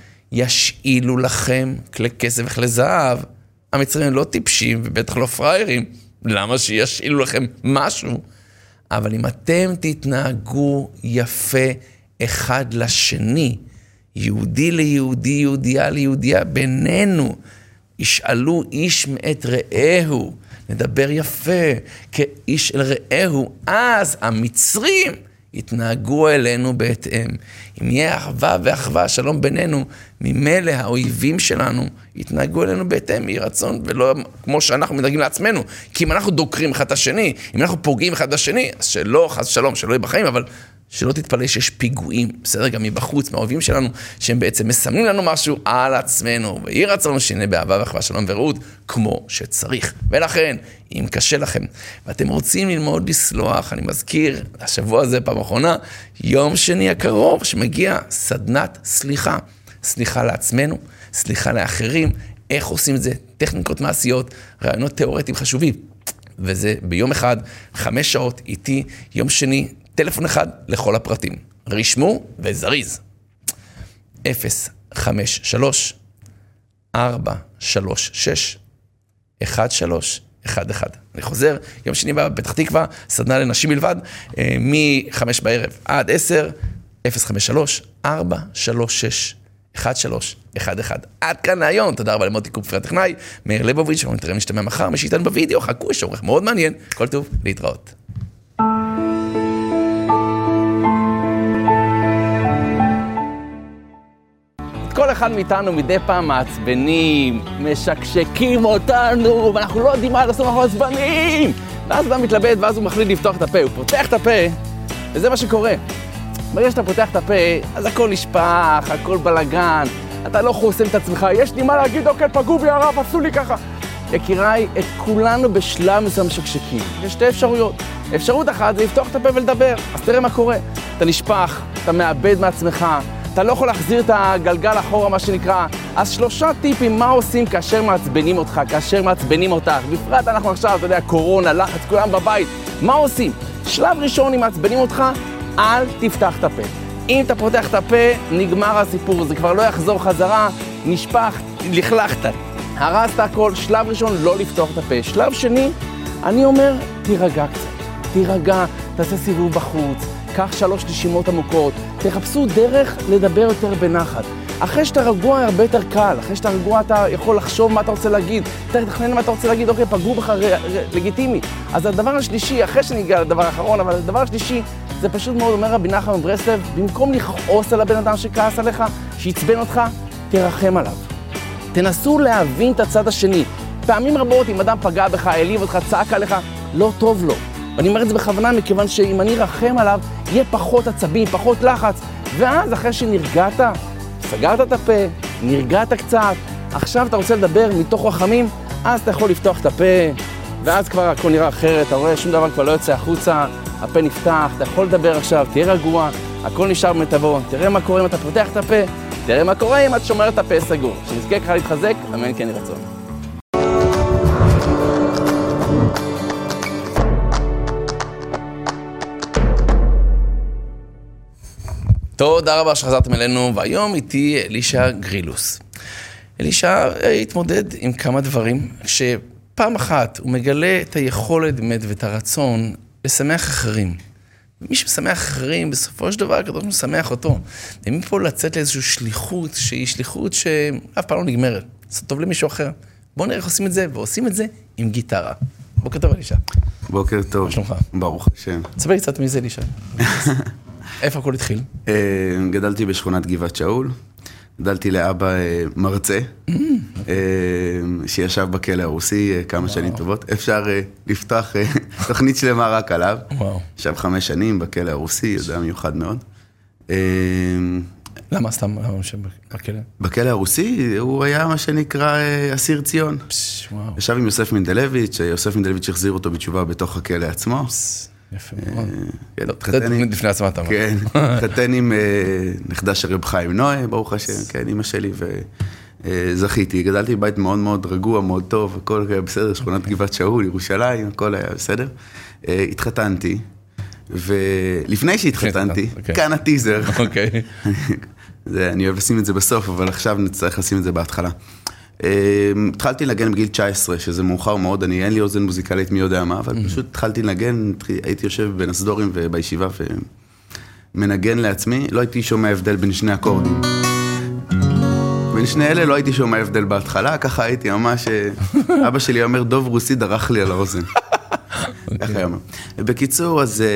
ישאילו לכם כלי כסף וכלי זהב, המצרים לא טיפשים ובטח לא פריירים, למה שישאילו לכם משהו? אבל אם אתם תתנהגו יפה אחד לשני, יהודי ליהודי, יהודיה ליהודיה, בינינו, ישאלו איש מאת רעהו, נדבר יפה, כאיש אל רעהו, אז המצרים יתנהגו אלינו בהתאם. אם יהיה אחווה ואחווה, שלום בינינו, ממילא האויבים שלנו יתנהגו אלינו בהתאם, יהי רצון, ולא כמו שאנחנו מדאגים לעצמנו. כי אם אנחנו דוקרים אחד את השני, אם אנחנו פוגעים אחד את השני, אז שלא, חס שלום, שלא יהיה בחיים, אבל שלא תתפלא שיש פיגועים, בסדר, גם מבחוץ, מהאויבים שלנו, שהם בעצם מסמנים לנו משהו על עצמנו, ויהי רצון שנהיה באהבה ואחווה, שלום ורעות, כמו שצריך. ולכן, אם קשה לכם, ואתם רוצים ללמוד לסלוח, אני מזכיר, השבוע הזה פעם אחרונה, יום שני הקרוב, שמגיע סדנת סליחה. סליחה לעצמנו, סליחה לאחרים, איך עושים את זה, טכניקות מעשיות, רעיונות תיאורטיים חשובים. וזה ביום אחד, חמש שעות, איתי, יום שני, טלפון אחד לכל הפרטים. רשמו וזריז. אפס חמש שלוש ארבע שלוש שש אחת שלוש אחד אחד. אני חוזר, יום שני בפתח תקווה, סדנה לנשים בלבד, מ-חמש בערב עד עשר, אפס חמש שלוש ארבע שלוש שש אחת שלוש אחד אחד. עד כאן היום, תודה רבה למוטי קופפר הטכנאי, מאיר ליבוביץ', שאנחנו נתראה משתמע מחר, מי שאיתנו בווידאו, חכו, יש עורך מאוד מעניין, כל טוב, להתראות. כל אחד מאיתנו מדי פעם מעצבנים, משקשקים אותנו, ואנחנו לא יודעים מה לעשות, אנחנו עצבנים. ואז אדם מתלבט, ואז הוא מחליט לפתוח את הפה, הוא פותח את הפה, וזה מה שקורה. ברגע שאתה פותח את הפה, אז הכל נשפח, הכל בלגן, אתה לא חוסם את עצמך, יש לי מה להגיד, אוקיי, פגעו בי הרב, עשו לי ככה. יקיריי, את כולנו בשלב מסוים משקשקים. יש שתי אפשרויות. אפשרות אחת זה לפתוח את הפה ולדבר, אז תראה מה קורה. אתה נשפח, אתה מאבד מעצמך, אתה לא יכול להחזיר את הגלגל אחורה, מה שנקרא. אז שלושה טיפים, מה עושים כאשר מעצבנים אותך, כאשר מעצבנים אותך. בפרט אנחנו עכשיו, אתה יודע, קורונה, לחץ, כולם בבית. מה עושים? שלב ראשון, אם מעצבנים אותך, אל תפתח את הפה. אם אתה פותח את הפה, נגמר הסיפור. זה כבר לא יחזור חזרה, נשפח, לכלכת. הרסת הכל. שלב ראשון, לא לפתוח את הפה. שלב שני, אני אומר, תירגע קצת. תירגע, תעשה סיבוב בחוץ. קח שלוש נשימות עמוקות, תחפשו דרך לדבר יותר בנחת. אחרי שאתה רגוע הרבה יותר קל, אחרי שאתה רגוע אתה יכול לחשוב מה אתה רוצה להגיד, תתכנן מה אתה רוצה להגיד, אוקיי, פגעו בך ר... ר... לגיטימי. אז הדבר השלישי, אחרי שניגע לדבר האחרון, אבל הדבר השלישי, זה פשוט מאוד, אומר רבי נחמן מברסלב, במקום לכעוס על הבן אדם שכעס עליך, שיצבן אותך, תרחם עליו. תנסו להבין את הצד השני. פעמים רבות, אם אדם פגע בך, העליב אותך, צעק עליך, לא טוב לו. ואני אומר את זה בכוונה, מכיוון שאם אני רחם עליו, יהיה פחות עצבים, פחות לחץ. ואז אחרי שנרגעת, סגרת את הפה, נרגעת קצת, עכשיו אתה רוצה לדבר מתוך רחמים, אז אתה יכול לפתוח את הפה ואז כבר הכל נראה אחרת, אתה רואה שום דבר כבר לא יוצא החוצה, הפה נפתח, אתה יכול לדבר עכשיו, תהיה רגוע, הכל נשאר במיטבו, תראה מה קורה אם אתה פותח את הפה, תראה מה קורה אם אתה שומר את הפה סגור. שנזכה ככה להתחזק, אמן כן יהי רצון. תודה רבה שחזרתם אלינו, והיום איתי אלישע גרילוס. אלישע התמודד עם כמה דברים, שפעם אחת הוא מגלה את היכולת באמת ואת הרצון לשמח אחרים. ומי שמשמח אחרים, בסופו של דבר, הקדוש משמח אותו. ומפה לצאת לאיזושהי שליחות, שהיא שליחות שאף פעם לא נגמרת. לעשות טוב למישהו אחר. בואו נראה איך עושים את זה, ועושים את זה עם גיטרה. בוקר טוב, אלישע. בוקר טוב. מה שלומך? ברוך השם. תספר קצת מי זה, אלישע. איפה הכל התחיל? גדלתי בשכונת גבעת שאול. גדלתי לאבא מרצה, שישב בכלא הרוסי כמה שנים טובות. אפשר לפתוח תוכנית שלמה רק עליו. ישב חמש שנים בכלא הרוסי, יודע מיוחד מאוד. למה סתם ישב בכלא? בכלא הרוסי הוא היה מה שנקרא אסיר ציון. ישב עם יוסף מנדלביץ', יוסף מנדלביץ' החזיר אותו בתשובה בתוך הכלא עצמו. יפה מאוד. זה תוכנית לפני עצמה, אתה אומר. כן, התחתן עם נכדה של רב חיים נוי, ברוך השם, כן, אמא שלי, וזכיתי. גדלתי בבית מאוד מאוד רגוע, מאוד טוב, הכל היה בסדר, שכונת גבעת שאול, ירושלים, הכל היה בסדר. התחתנתי, ולפני שהתחתנתי, כאן הטיזר. אוקיי. אני אוהב לשים את זה בסוף, אבל עכשיו נצטרך לשים את זה בהתחלה. התחלתי לנגן בגיל תשע עשרה, שזה מאוחר מאוד, אני אין לי אוזן מוזיקלית מי יודע מה, אבל פשוט התחלתי לנגן, הייתי יושב בין הסדורים ובישיבה ומנגן לעצמי, לא הייתי שומע הבדל בין שני אקורדים. בין שני אלה לא הייתי שומע הבדל בהתחלה, ככה הייתי ממש, אבא שלי אומר, דוב רוסי דרך לי על האוזן. ככה היה אומר. בקיצור, אז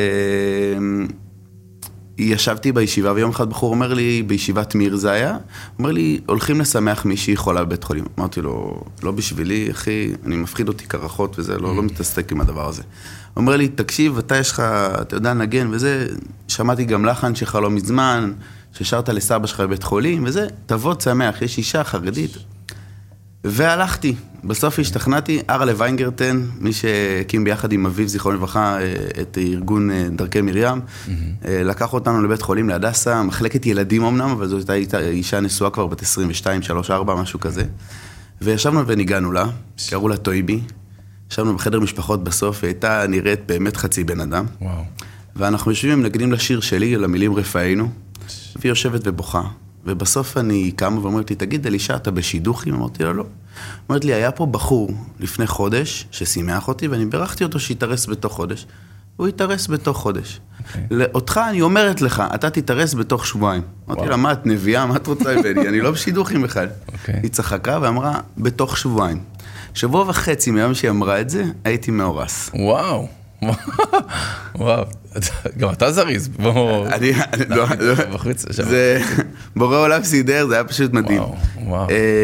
ישבתי בישיבה, ויום אחד בחור אומר לי, בישיבת מיר זה היה, אומר לי, הולכים לשמח מישהי חולה בבית חולים. אמרתי לו, לא בשבילי, אחי, אני מפחיד אותי קרחות וזה, לא, לא מתעסק עם הדבר הזה. אומר לי, תקשיב, אתה יש לך, אתה יודע, נגן וזה, שמעתי גם לחן שלך לא מזמן, ששרת לסבא שלך בבית חולים וזה, תבוא תשמח, יש אישה חרדית. והלכתי, בסוף השתכנעתי, ארלה ויינגרטן, מי שהקים ביחד עם אביו זיכרון לברכה את ארגון דרכי מרים, לקח אותנו לבית חולים להדסה, מחלקת ילדים אמנם, אבל זאת הייתה אישה נשואה כבר בת עשרים ושתיים, שלוש, ארבע, משהו כזה, וישבנו וניגענו לה, קראו לה טויבי, ישבנו בחדר משפחות בסוף, היא הייתה נראית באמת חצי בן אדם, וואו. ואנחנו יושבים ומנגנים לשיר שלי, למילים רפאינו, והיא יושבת ובוכה. ובסוף אני קמה ואומרת לי, תגיד, אלישע, אתה בשידוכים? אמרתי לה, לא. אמרת לי, היה פה בחור לפני חודש ששימח אותי, ואני ברכתי אותו שיתרס בתוך חודש. הוא יתרס בתוך חודש. אותך אני אומרת לך, אתה תתרס בתוך שבועיים. אמרתי לה, מה, את נביאה? מה את רוצה בני? אני לא בשידוכים בכלל. היא צחקה ואמרה, בתוך שבועיים. שבוע וחצי מיום שהיא אמרה את זה, הייתי מאורס. וואו. וואו, גם אתה זריז, בואו... אני, לא, זה, בורא עולם סידר, זה היה פשוט מדהים. וואו, וואו.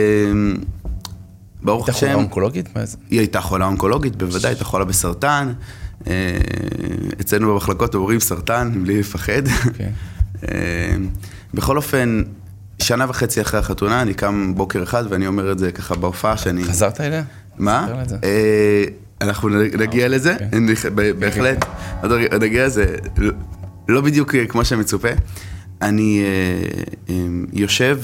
ברוך השם... הייתה חולה אונקולוגית? היא הייתה חולה אונקולוגית, בוודאי, הייתה חולה בסרטן. אצלנו במחלקות אומרים סרטן, בלי לפחד. בכל אופן, שנה וחצי אחרי החתונה, אני קם בוקר אחד, ואני אומר את זה ככה בהופעה שאני... חזרת אליה? מה? אנחנו נגיע לזה, בהחלט, נגיע לזה, לא בדיוק כמו שמצופה. אני יושב,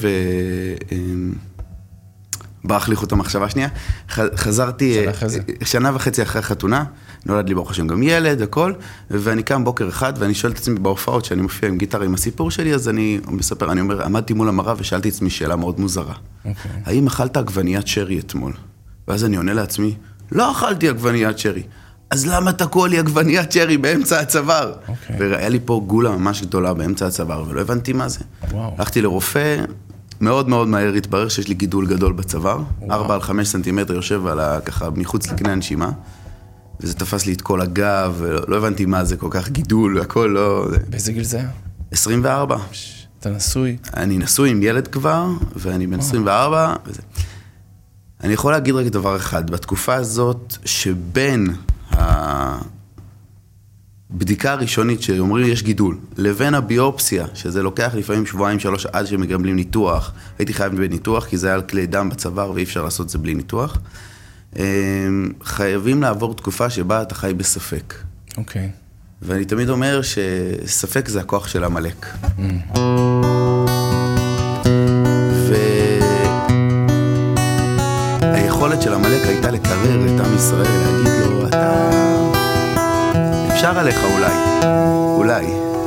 ברח לי חוט המחשבה שנייה, חזרתי שנה וחצי אחרי חתונה, נולד לי ברוך השם גם ילד, הכל, ואני קם בוקר אחד, ואני שואל את עצמי בהופעות, שאני מופיע עם גיטרה עם הסיפור שלי, אז אני מספר, אני אומר, עמדתי מול המראה ושאלתי את עצמי שאלה מאוד מוזרה. האם אכלת עגבניית שרי אתמול? ואז אני עונה לעצמי, לא אכלתי עגבניית שרי. אז למה תקוע לי עגבניית שרי באמצע הצוואר? Okay. והיה לי פה גולה ממש גדולה באמצע הצוואר, ולא הבנתי מה זה. Wow. הלכתי לרופא, מאוד מאוד מהר התברר שיש לי גידול גדול בצוואר, ארבע על חמש סנטימטר יושב על ה, ככה מחוץ לקנה הנשימה, וזה תפס לי את כל הגב, ולא לא הבנתי מה זה כל כך גידול, הכל לא... באיזה גיל זה היה? עשרים וארבע. אתה נשוי? אני נשוי עם ילד כבר, ואני בן עשרים וארבע, וזה... אני יכול להגיד רק דבר אחד, בתקופה הזאת שבין הבדיקה הראשונית שאומרים יש גידול, לבין הביופסיה, שזה לוקח לפעמים שבועיים שלוש עד שמגמלים ניתוח, הייתי חייב בניתוח כי זה היה על כלי דם בצוואר ואי אפשר לעשות את זה בלי ניתוח, חייבים לעבור תקופה שבה אתה חי בספק. אוקיי. ואני תמיד אומר שספק זה הכוח של המלאק. והיכולת של המלאק הייתה לקרר את עם ישראל, להגיד לו, אתה... אפשר עליך אולי, אולי.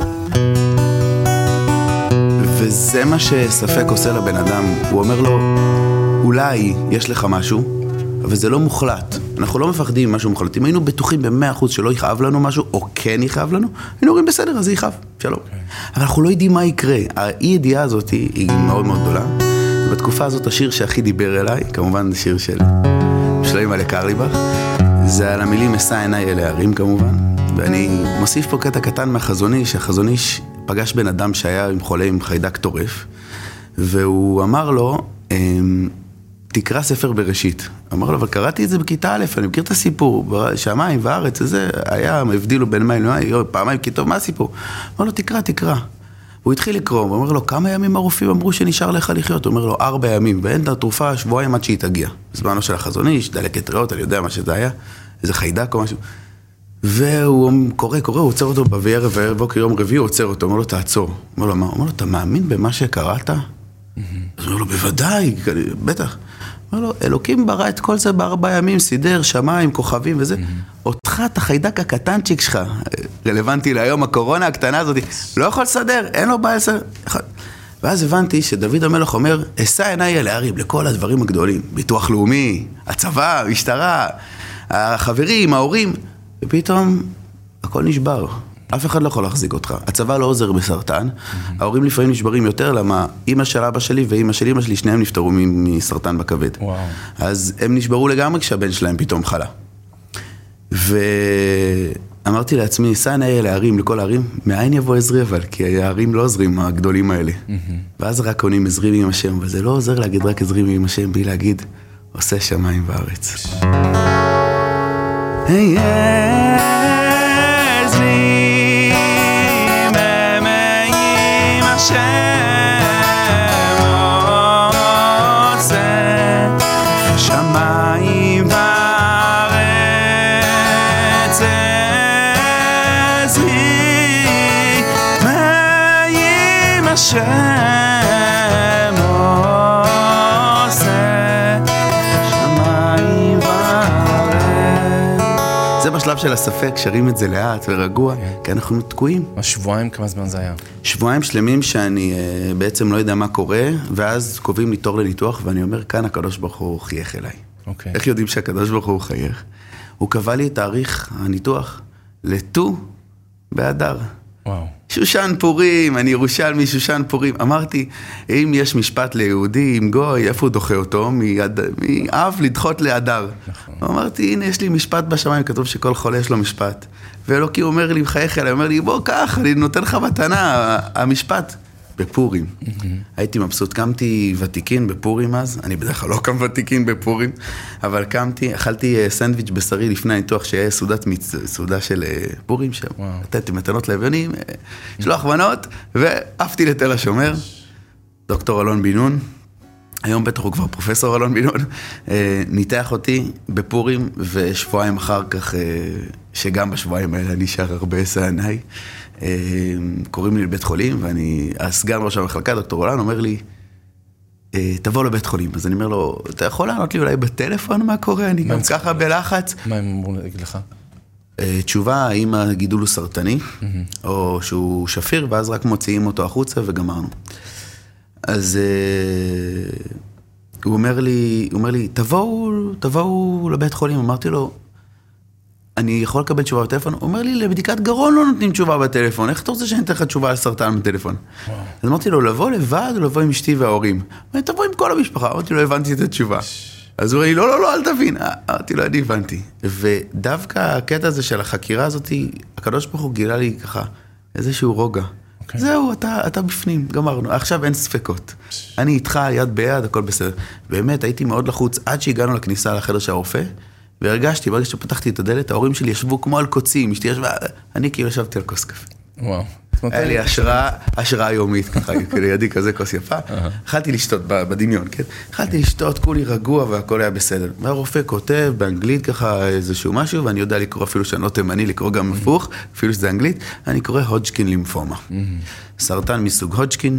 וזה מה שספק עושה לבן אדם. הוא אומר לו, אולי יש לך משהו, אבל זה לא מוחלט. אנחנו לא מפחדים ממשהו מוחלט. אם היינו בטוחים ב-מאה אחוז שלא יכאב לנו משהו, או כן יכאב לנו, היינו אומרים בסדר, אז זה יכאב, שלום. Okay. אבל אנחנו לא יודעים מה יקרה. האי ידיעה הזאת היא מאוד מאוד גדולה. בתקופה הזאת השיר שהכי דיבר אליי, כמובן זה שיר של שלמה לקרליבך, זה על המילים אשא עיניי אל ההרים כמובן. ואני מוסיף פה קטע קטן מהחזוני, שהחזוני פגש בן אדם שהיה עם חולה עם חיידק טורף, והוא אמר לו, תקרא ספר בראשית. אמר לו, אבל קראתי את זה בכיתה א', אני מכיר את הסיפור, שמיים וארץ, זה היה, הבדילו בין מים למים, פעמיים כיתוב, מה הסיפור? אמר לו, תקרא, תקרא. הוא התחיל לקרוא, הוא אומר לו, כמה ימים הרופאים אמרו שנשאר לך לחיות? הוא אומר לו, ארבע ימים, ואין את התרופה שבועיים עד שהיא תגיע. בזמנו של החזוני, יש דלקת ריאות, אני יודע מה שזה היה, איזה חיידק או משהו. והוא קורא, קורא, הוא עוצר אותו בבוקר, ובוקר יום רביעי הוא עוצר אותו, אומר לו, תעצור. אומר לו, מה? אומר לו, אתה מאמין במה שקראת? אז הוא אומר לו, בוודאי, בטח. אומר לו, אלוקים ברא את כל זה בארבע ימים, סידר, שמיים, כוכבים וזה. אותך, את החיידק הקטנצ'יק שלך, רלוונטי להיום, הקורונה הקטנה הזאת, לא יכול לסדר, אין לו בעיה לסדר. ואז הבנתי שדוד המלך אומר, אשא עיניי אל ההרים, לכל הדברים הגדולים, ביטוח לאומי, הצבא, המשטרה, החברים, ההורים, ופתאום הכל נשבר. אף אחד לא יכול להחזיק אותך. הצבא לא עוזר בסרטן. ההורים לפעמים נשברים יותר, למה אמא של אבא שלי ואמא של אמא שלי, שניהם נפטרו מסרטן בכבד. אז הם נשברו לגמרי כשהבן שלהם פתאום חלה. ואמרתי לעצמי, אשא עיניי אל ההרים, לכל הערים, מאין יבוא עזרי אבל, כי הערים לא עוזרים, הגדולים האלה. ואז רק עונים עזרי עם השם, אבל זה לא עוזר להגיד רק עזרי עם השם, בלי להגיד, עושה שמיים וארץ. היי, עזרי השם עושה שמיים וארץ עזרי מאים השם עושה שמיים וארץ. זה בשלב של הספק, שרים את זה לאט ורגוע, כי אנחנו תקועים. השבועיים, כמה זמן זה היה? שבועיים שלמים שאני uh, בעצם לא יודע מה קורה, ואז קובעים לי תור לניתוח, ואני אומר, כאן הקדוש ברוך הוא חייך אליי. אוקיי. איך יודעים שהקדוש ברוך הוא חייך? הוא קבע לי את תאריך הניתוח לט"ו באדר. וואו. שושן פורים, אני ירושלמי, שושן פורים. אמרתי, אם יש משפט ליהודי עם גוי, איפה הוא דוחה אותו? מאב לדחות לאדר. נכון. אמרתי, הנה, יש לי משפט בשמיים, כתוב שכל חולה יש לו משפט. ואלוקי אומר לי, מחייך אליי, אומר לי, בוא, קח, אני נותן לך מתנה, המשפט. בפורים. הייתי מבסוט, קמתי ותיקין בפורים אז, אני בדרך כלל לא קם ותיקין בפורים, אבל קמתי, אכלתי סנדוויץ' בשרי לפני הניתוח שהיה סעודת מצ... סעודה של פורים שם. נתתי מתנות לאביונים, שלוח מנות, ועפתי לתל השומר, דוקטור אלון בן נון, היום בטח הוא כבר פרופסור אלון בן נון, ניתח אותי בפורים, ושבועיים אחר כך, שגם בשבועיים האלה נשאר הרבה אשא עיניי, קוראים לי לבית חולים, ואני, הסגן ראש המחלקה, דוקטור אלון, אומר לי, תבוא לבית חולים. אז אני אומר לו, אתה יכול לענות לי אולי בטלפון מה קורה? אני גם ככה בלחץ. מה הם אמרו להגיד לך? תשובה, האם הגידול הוא סרטני, או שהוא שפיר, ואז רק מוציאים אותו החוצה וגמרנו. אז הוא אומר לי, הוא אומר לי, תבואו, תבואו לבית חולים. אמרתי לו, אני יכול לקבל תשובה בטלפון? הוא אומר לי, לבדיקת גרון לא נותנים תשובה בטלפון. איך אתה רוצה שאני אתן לך תשובה על סרטן בטלפון? אז אמרתי לו, לבוא לבד או לבוא עם אשתי וההורים? תבוא עם כל המשפחה. אמרתי לו, הבנתי את התשובה. אז הוא אומר לי, לא, לא, לא, אל תבין. אמרתי לו, אני הבנתי. ודווקא הקטע הזה של החקירה הזאת, הקדוש ברוך הוא גילה לי ככה, איזשהו רוגע. זהו, אתה בפנים, גמרנו. עכשיו אין ספקות. אני איתך, יד ביד, הכל בסדר. באמת, הייתי מאוד לחוץ עד שהגענו לכניסה לחדר של הרופא, והרגשתי, ברגע שפתחתי את הדלת, ההורים שלי ישבו כמו על קוצים, אשתי ישבה, אני כאילו ישבתי על כוס קפה. וואו. זאת היה לי השראה יומית, ככה, לידי כזה כוס יפה. התחלתי לשתות בדמיון, כן? התחלתי לשתות, כולי רגוע והכל היה בסדר. והרופא כותב באנגלית ככה איזשהו משהו, ואני יודע לקרוא אפילו שאני לא תימני, לקרוא גם הפוך, אפילו שזה אנגלית, אני קורא הודג'קין לימפומה. סרטן מסוג הודג'קין,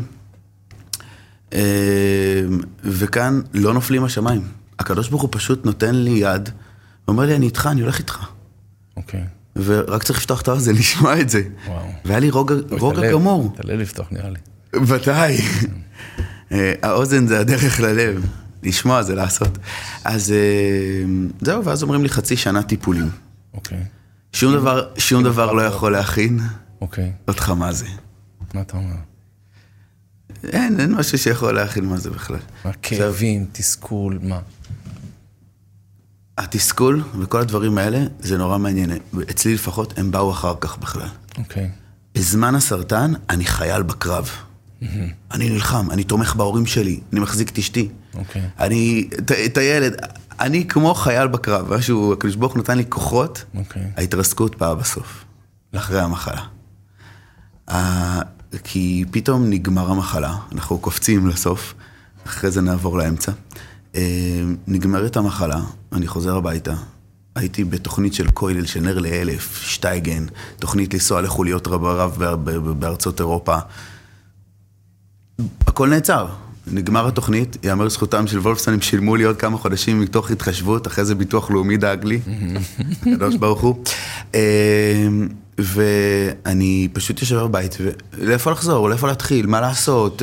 וכאן לא נופלים השמיים. הקדוש ברוך הוא פשוט נותן לי יד, ואומר לי, אני איתך, אני הולך איתך. אוקיי. ורק צריך לפתוח את האוזן, לשמוע את זה. וואו. והיה לי רוגע, רוגע גמור. את הלב לפתוח, נראה לי. ודאי. האוזן זה הדרך ללב. לשמוע זה לעשות. אז זהו, ואז אומרים לי חצי שנה טיפולים. אוקיי. שום דבר, שום דבר לא יכול להכין. אוקיי. אותך מה זה. מה אתה אומר? אין, אין משהו שיכול להכין מה זה בכלל. מה, כאבים, תסכול, מה? התסכול וכל הדברים האלה, זה נורא מעניין. אצלי לפחות, הם באו אחר כך בכלל. אוקיי. בזמן הסרטן, אני חייל בקרב. אני נלחם, אני תומך בהורים שלי, אני מחזיק את אשתי. אוקיי. אני, את הילד, אני כמו חייל בקרב, משהו, הקדוש ברוך הוא נתן לי כוחות, אוקיי. ההתרסקות באה בסוף, לאחרי המחלה. כי פתאום נגמר המחלה, אנחנו קופצים לסוף, אחרי זה נעבור לאמצע. נגמרת המחלה, אני חוזר הביתה, הייתי בתוכנית של כולל, של נר לאלף, שטייגן, תוכנית לנסוע לחוליות רב רב בארצות אירופה. הכל נעצר. נגמר התוכנית, יאמר זכותם של וולפסון, הם שילמו לי עוד כמה חודשים מתוך התחשבות, אחרי זה ביטוח לאומי דאג לי, הקדוש ברוך הוא. ואני פשוט יושב בבית, ולאיפה לחזור, לאיפה להתחיל, מה לעשות.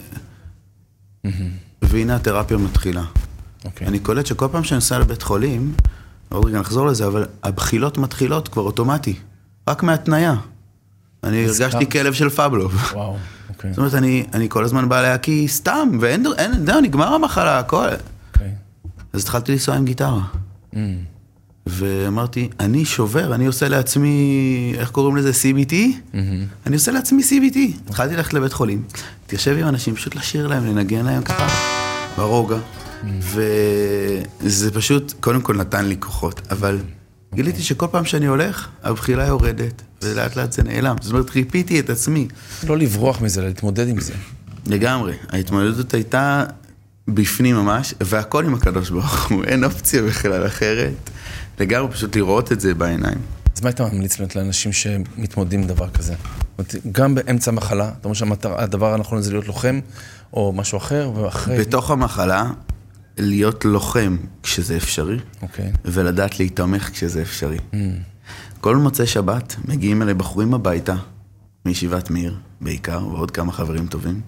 והנה התרפיה מתחילה. אני קולט שכל פעם שאני נוסע לבית חולים, עוד רגע נחזור לזה, אבל הבחילות מתחילות כבר אוטומטי, רק מהתניה. אני הרגשתי כלב של פאבלוב. וואו, אוקיי. זאת אומרת, אני, אני כל הזמן בא להקיא סתם, ואין, אין, דאו, נגמר המחלה, הכל. אוקיי. אז התחלתי לנסוע עם גיטרה. Mm. ואמרתי, אני שובר, אני עושה לעצמי, איך קוראים לזה, סי בי טי? Mm-hmm. אני עושה לעצמי סי בי טי. Okay. התחלתי ללכת לבית חולים, תיישב עם אנשים, פשוט לשיר להם, לנגן להם ככה, ברוגע. Mm-hmm. וזה פשוט, קודם כל נתן לי כוחות, אבל okay. גיליתי שכל פעם שאני הולך, הבחילה יורדת, ולאט לאט זה נעלם. זאת אומרת, חיפיתי את עצמי. לא לברוח מזה, להתמודד עם זה. לגמרי. ההתמודדות הייתה בפנים ממש, והכל עם הקדוש ברוך הוא. אין אופציה בכלל אחרת. לגמרי פשוט לראות את זה בעיניים. אז מה היית ממליץ לאנשים שמתמודדים עם דבר כזה? גם באמצע המחלה, אתה אומר שהדבר הנכון זה להיות לוחם, או משהו אחר, ואחרי... בתוך המחלה, להיות לוחם כשזה אפשרי, אוקיי. ולדעת להתמך כשזה אפשרי. Mm. כל מוצאי שבת מגיעים אליי בחורים הביתה, מישיבת מאיר בעיקר, ועוד כמה חברים טובים.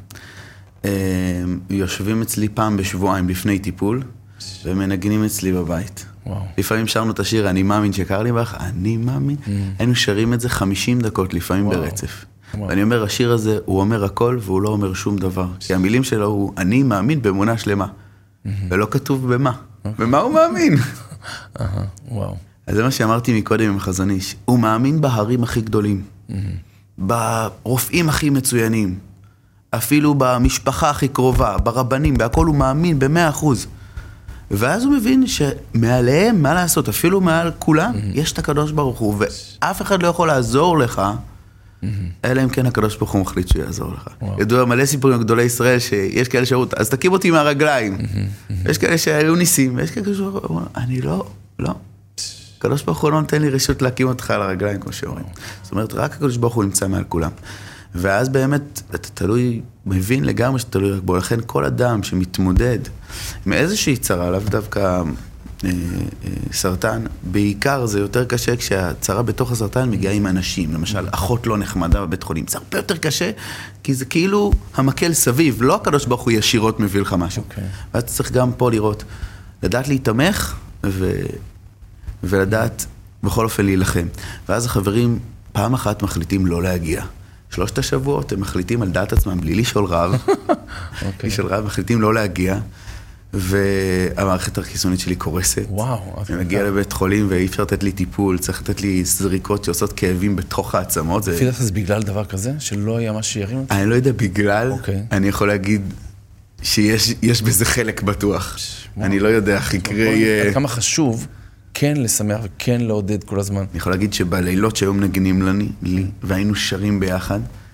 יושבים אצלי פעם בשבועיים לפני טיפול, ומנגנים אצלי בבית. וואו. לפעמים שרנו את השיר, אני מאמין שקר לי בך, אני מאמין. Mm. היינו שרים את זה חמישים דקות, לפעמים וואו. ברצף. וואו. ואני אומר, השיר הזה, הוא אומר הכל, והוא לא אומר שום דבר. כי המילים שלו הוא, אני מאמין באמונה שלמה. Mm-hmm. ולא כתוב במה. Okay. במה הוא מאמין? uh-huh. וואו. אז זה מה שאמרתי מקודם עם חזון איש. הוא מאמין בהרים הכי גדולים. Mm-hmm. ברופאים הכי מצוינים. אפילו במשפחה הכי קרובה, ברבנים, בהכל הוא מאמין במאה אחוז. ואז הוא מבין שמעליהם, מה לעשות, אפילו מעל כולם, mm-hmm. יש את הקדוש ברוך הוא, ואף אחד לא יכול לעזור לך, mm-hmm. אלא אם כן הקדוש ברוך הוא מחליט שהוא יעזור לך. Wow. ידוע מלא סיפורים גדולי ישראל, שיש כאלה שאומרים, אז תקים אותי מהרגליים. Mm-hmm. יש כאלה שהיו ניסים, יש כאלה שאומרים, אני לא, לא. הקדוש ברוך הוא לא נותן לי רשות להקים אותך על הרגליים, כמו שאומרים. Wow. זאת אומרת, רק הקדוש ברוך הוא נמצא מעל כולם. ואז באמת, אתה תלוי, מבין לגמרי שאתה תלוי רק בו, לכן כל אדם שמתמודד עם איזושהי צרה, לאו דווקא אה, אה, סרטן, בעיקר זה יותר קשה כשהצרה בתוך הסרטן מגיעה עם אנשים, למשל, אחות לא נחמדה בבית חולים, זה הרבה יותר קשה, כי זה כאילו המקל סביב, לא הקדוש ברוך הוא ישירות מביא לך משהו. Okay. ואז אתה צריך גם פה לראות, לדעת להתמך ו... ולדעת בכל אופן להילחם. ואז החברים פעם אחת מחליטים לא להגיע. שלושת השבועות הם מחליטים על דעת עצמם, בלי לשאול רב, לשאול רב, מחליטים לא להגיע, והמערכת החיסונית שלי קורסת. וואו. אני מגיע לבית חולים ואי אפשר לתת לי טיפול, צריך לתת לי זריקות שעושות כאבים בתוך העצמות. לפי דעתך זה בגלל דבר כזה? שלא היה מה שירים אותי? אני לא יודע בגלל, אני יכול להגיד שיש בזה חלק בטוח. אני לא יודע, חקרי... עד כמה חשוב כן לשמח וכן לעודד כל הזמן. אני יכול להגיד שבלילות שהיום נגנים לי, והיינו שרים ביחד,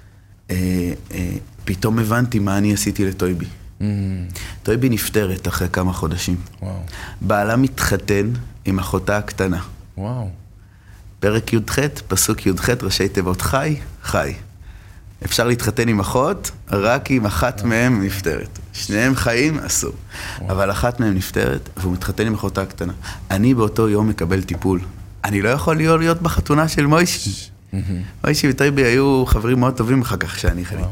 אה, אה, פתאום הבנתי מה אני עשיתי לטויבי. Mm. טויבי נפטרת אחרי כמה חודשים. וואו. בעלה מתחתן עם אחותה הקטנה. וואו. פרק י"ח, פסוק י"ח, ראשי תיבות חי, חי. אפשר להתחתן עם אחות, רק אם אחת מהם נפטרת. שניהם חיים, אסור. אבל אחת מהם נפטרת, והוא מתחתן עם אחותה הקטנה. אני באותו יום מקבל טיפול. אני לא יכול להיות, להיות בחתונה של מוישי. מוישי וטויבי היו חברים מאוד טובים אחר כך שאני חליתי.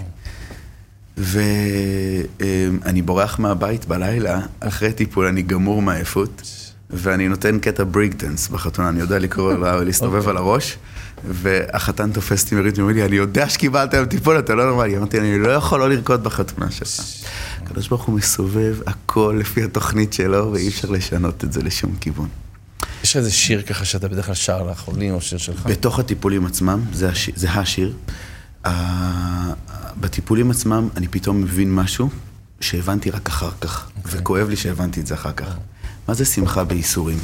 ואני בורח מהבית בלילה, אחרי טיפול אני גמור מהעייפות, ואני נותן קטע בריקדנס בחתונה, אני יודע לקרוא ולהסתובב על הראש, והחתן תופס אותי מרית ואומר לי, אני יודע שקיבלת היום טיפול, אתה לא נורמלי. אמרתי, אני לא יכול לא לרקוד בחתונה שלך. הקדוש ברוך הוא מסובב הכל לפי התוכנית שלו, ואי אפשר לשנות את זה לשום כיוון. יש איזה שיר ככה שאתה בדרך כלל שר לחולים או שיר שלך? בתוך הטיפולים עצמם, זה השיר. זה השיר. בטיפולים עצמם אני פתאום מבין משהו שהבנתי רק אחר כך, וכואב לי שהבנתי את זה אחר כך. מה זה שמחה בייסורים?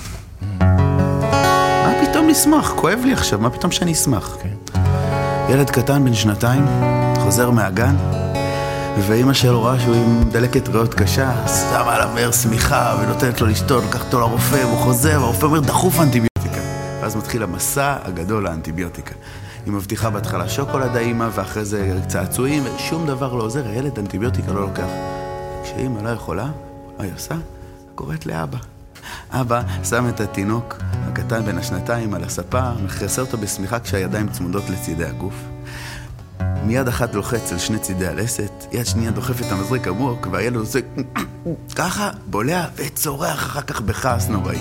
מה פתאום נשמח? כואב לי עכשיו, מה פתאום שאני אשמח? ילד קטן בן שנתיים, חוזר מהגן, ואמא שלו רואה שהוא עם דלקת ריאות קשה, שמה עליו מהר שמיכה ונותנת לו לשתות, לקחת אותו לרופא, והוא חוזר, והרופא אומר דחוף אנטיביוטיקה. ואז מתחיל המסע הגדול לאנטיביוטיקה. היא מבטיחה בהתחלה שוקולד האמא, ואחרי זה צעצועים, ושום דבר לא עוזר, הילד אנטיביוטיקה לא לוקח. כשאמא לא יכולה, מה היא עושה? קוראת לאבא. אבא שם את התינוק הקטן בין השנתיים על הספה, מכסה אותו בשמיכה כשהידיים צמודות לצידי הגוף. מיד אחת לוחץ על שני צידי הלסת, יד שנייה דוחפת את המזריק עמוק, והילד עושה ככה, בולע וצורח אחר כך בכעס נוראי.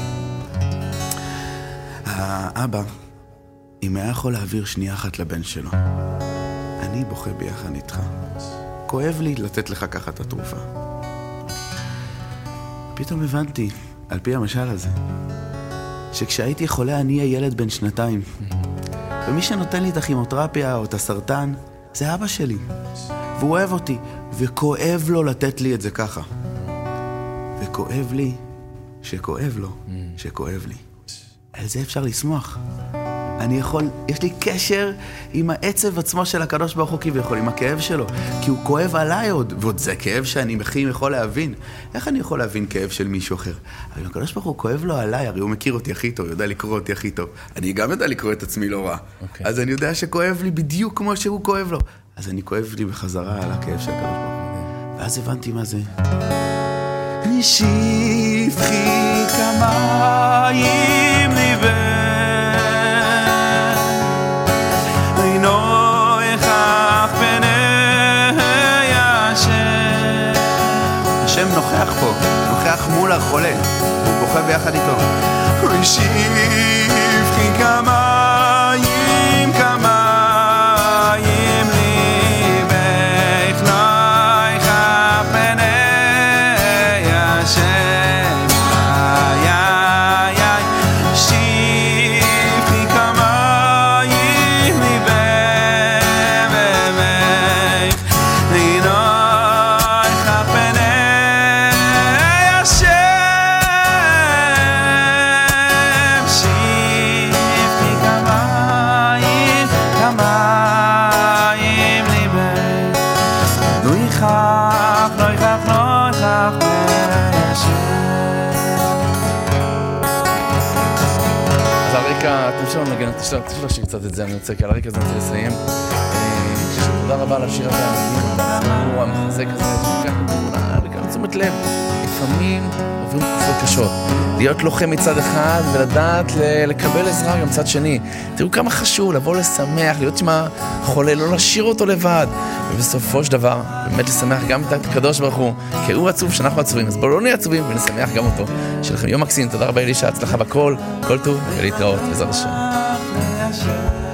האבא, אם היה יכול להעביר שנייה אחת לבן שלו, אני בוכה ביחד איתך. כואב לי לתת לך ככה את התרופה. פתאום הבנתי, על פי המשל הזה, שכשהייתי חולה אני אהיה ילד בן שנתיים. ומי שנותן לי את הכימותרפיה או את הסרטן, זה אבא שלי. והוא אוהב אותי, וכואב לו לתת לי את זה ככה. וכואב לי, שכואב לו, שכואב לי. על זה אפשר לשמוח. אני יכול, יש לי קשר עם העצב עצמו של הקדוש ברוך הוא כביכול, עם הכאב שלו, כי הוא כואב עליי עוד, ועוד זה כאב שאני מכיר יכול להבין. איך אני יכול להבין כאב של מישהו אחר? אבל הקדוש ברוך הוא כואב לו עליי, הרי הוא מכיר אותי הכי טוב, יודע לקרוא אותי הכי טוב. אני גם יודע לקרוא את עצמי לא רע. Okay. אז אני יודע שכואב לי בדיוק כמו שהוא כואב לו. אז אני כואב לי בחזרה על הכאב של הקדוש ברוך הוא. ואז הבנתי מה זה. שפכי כמים ליבך השם נוכח פה, נוכח מול החולה, הוא בוכה ביחד איתו. שפכי כמים, כמים ליבך, לא יכאב פני השם. איי איי איי, שפכי כמים ליבך, לא יכאב פני תשלח, תשלח שקצת את זה, אני רוצה, כי על הרקע הזה אני רוצה לסיים. תודה רבה על השיר הזה, הוא המחזק הזה, שכך תמונה, לגמרי תשומת לב. לפעמים עוברים תקופות קשות. להיות לוחם מצד אחד ולדעת לקבל עזרה גם מצד שני. תראו כמה חשוב לבוא לשמח, להיות עם החולה, לא להשאיר אותו לבד. ובסופו של דבר, באמת לשמח גם את הקדוש ברוך הוא, כי הוא עצוב שאנחנו עצובים, אז בואו לא נהיה עצובים ונשמח גם אותו. שלכם יום מקסים, תודה רבה אלישע, הצלחה בכל, כל טוב ולהתראות, בעזרת השם.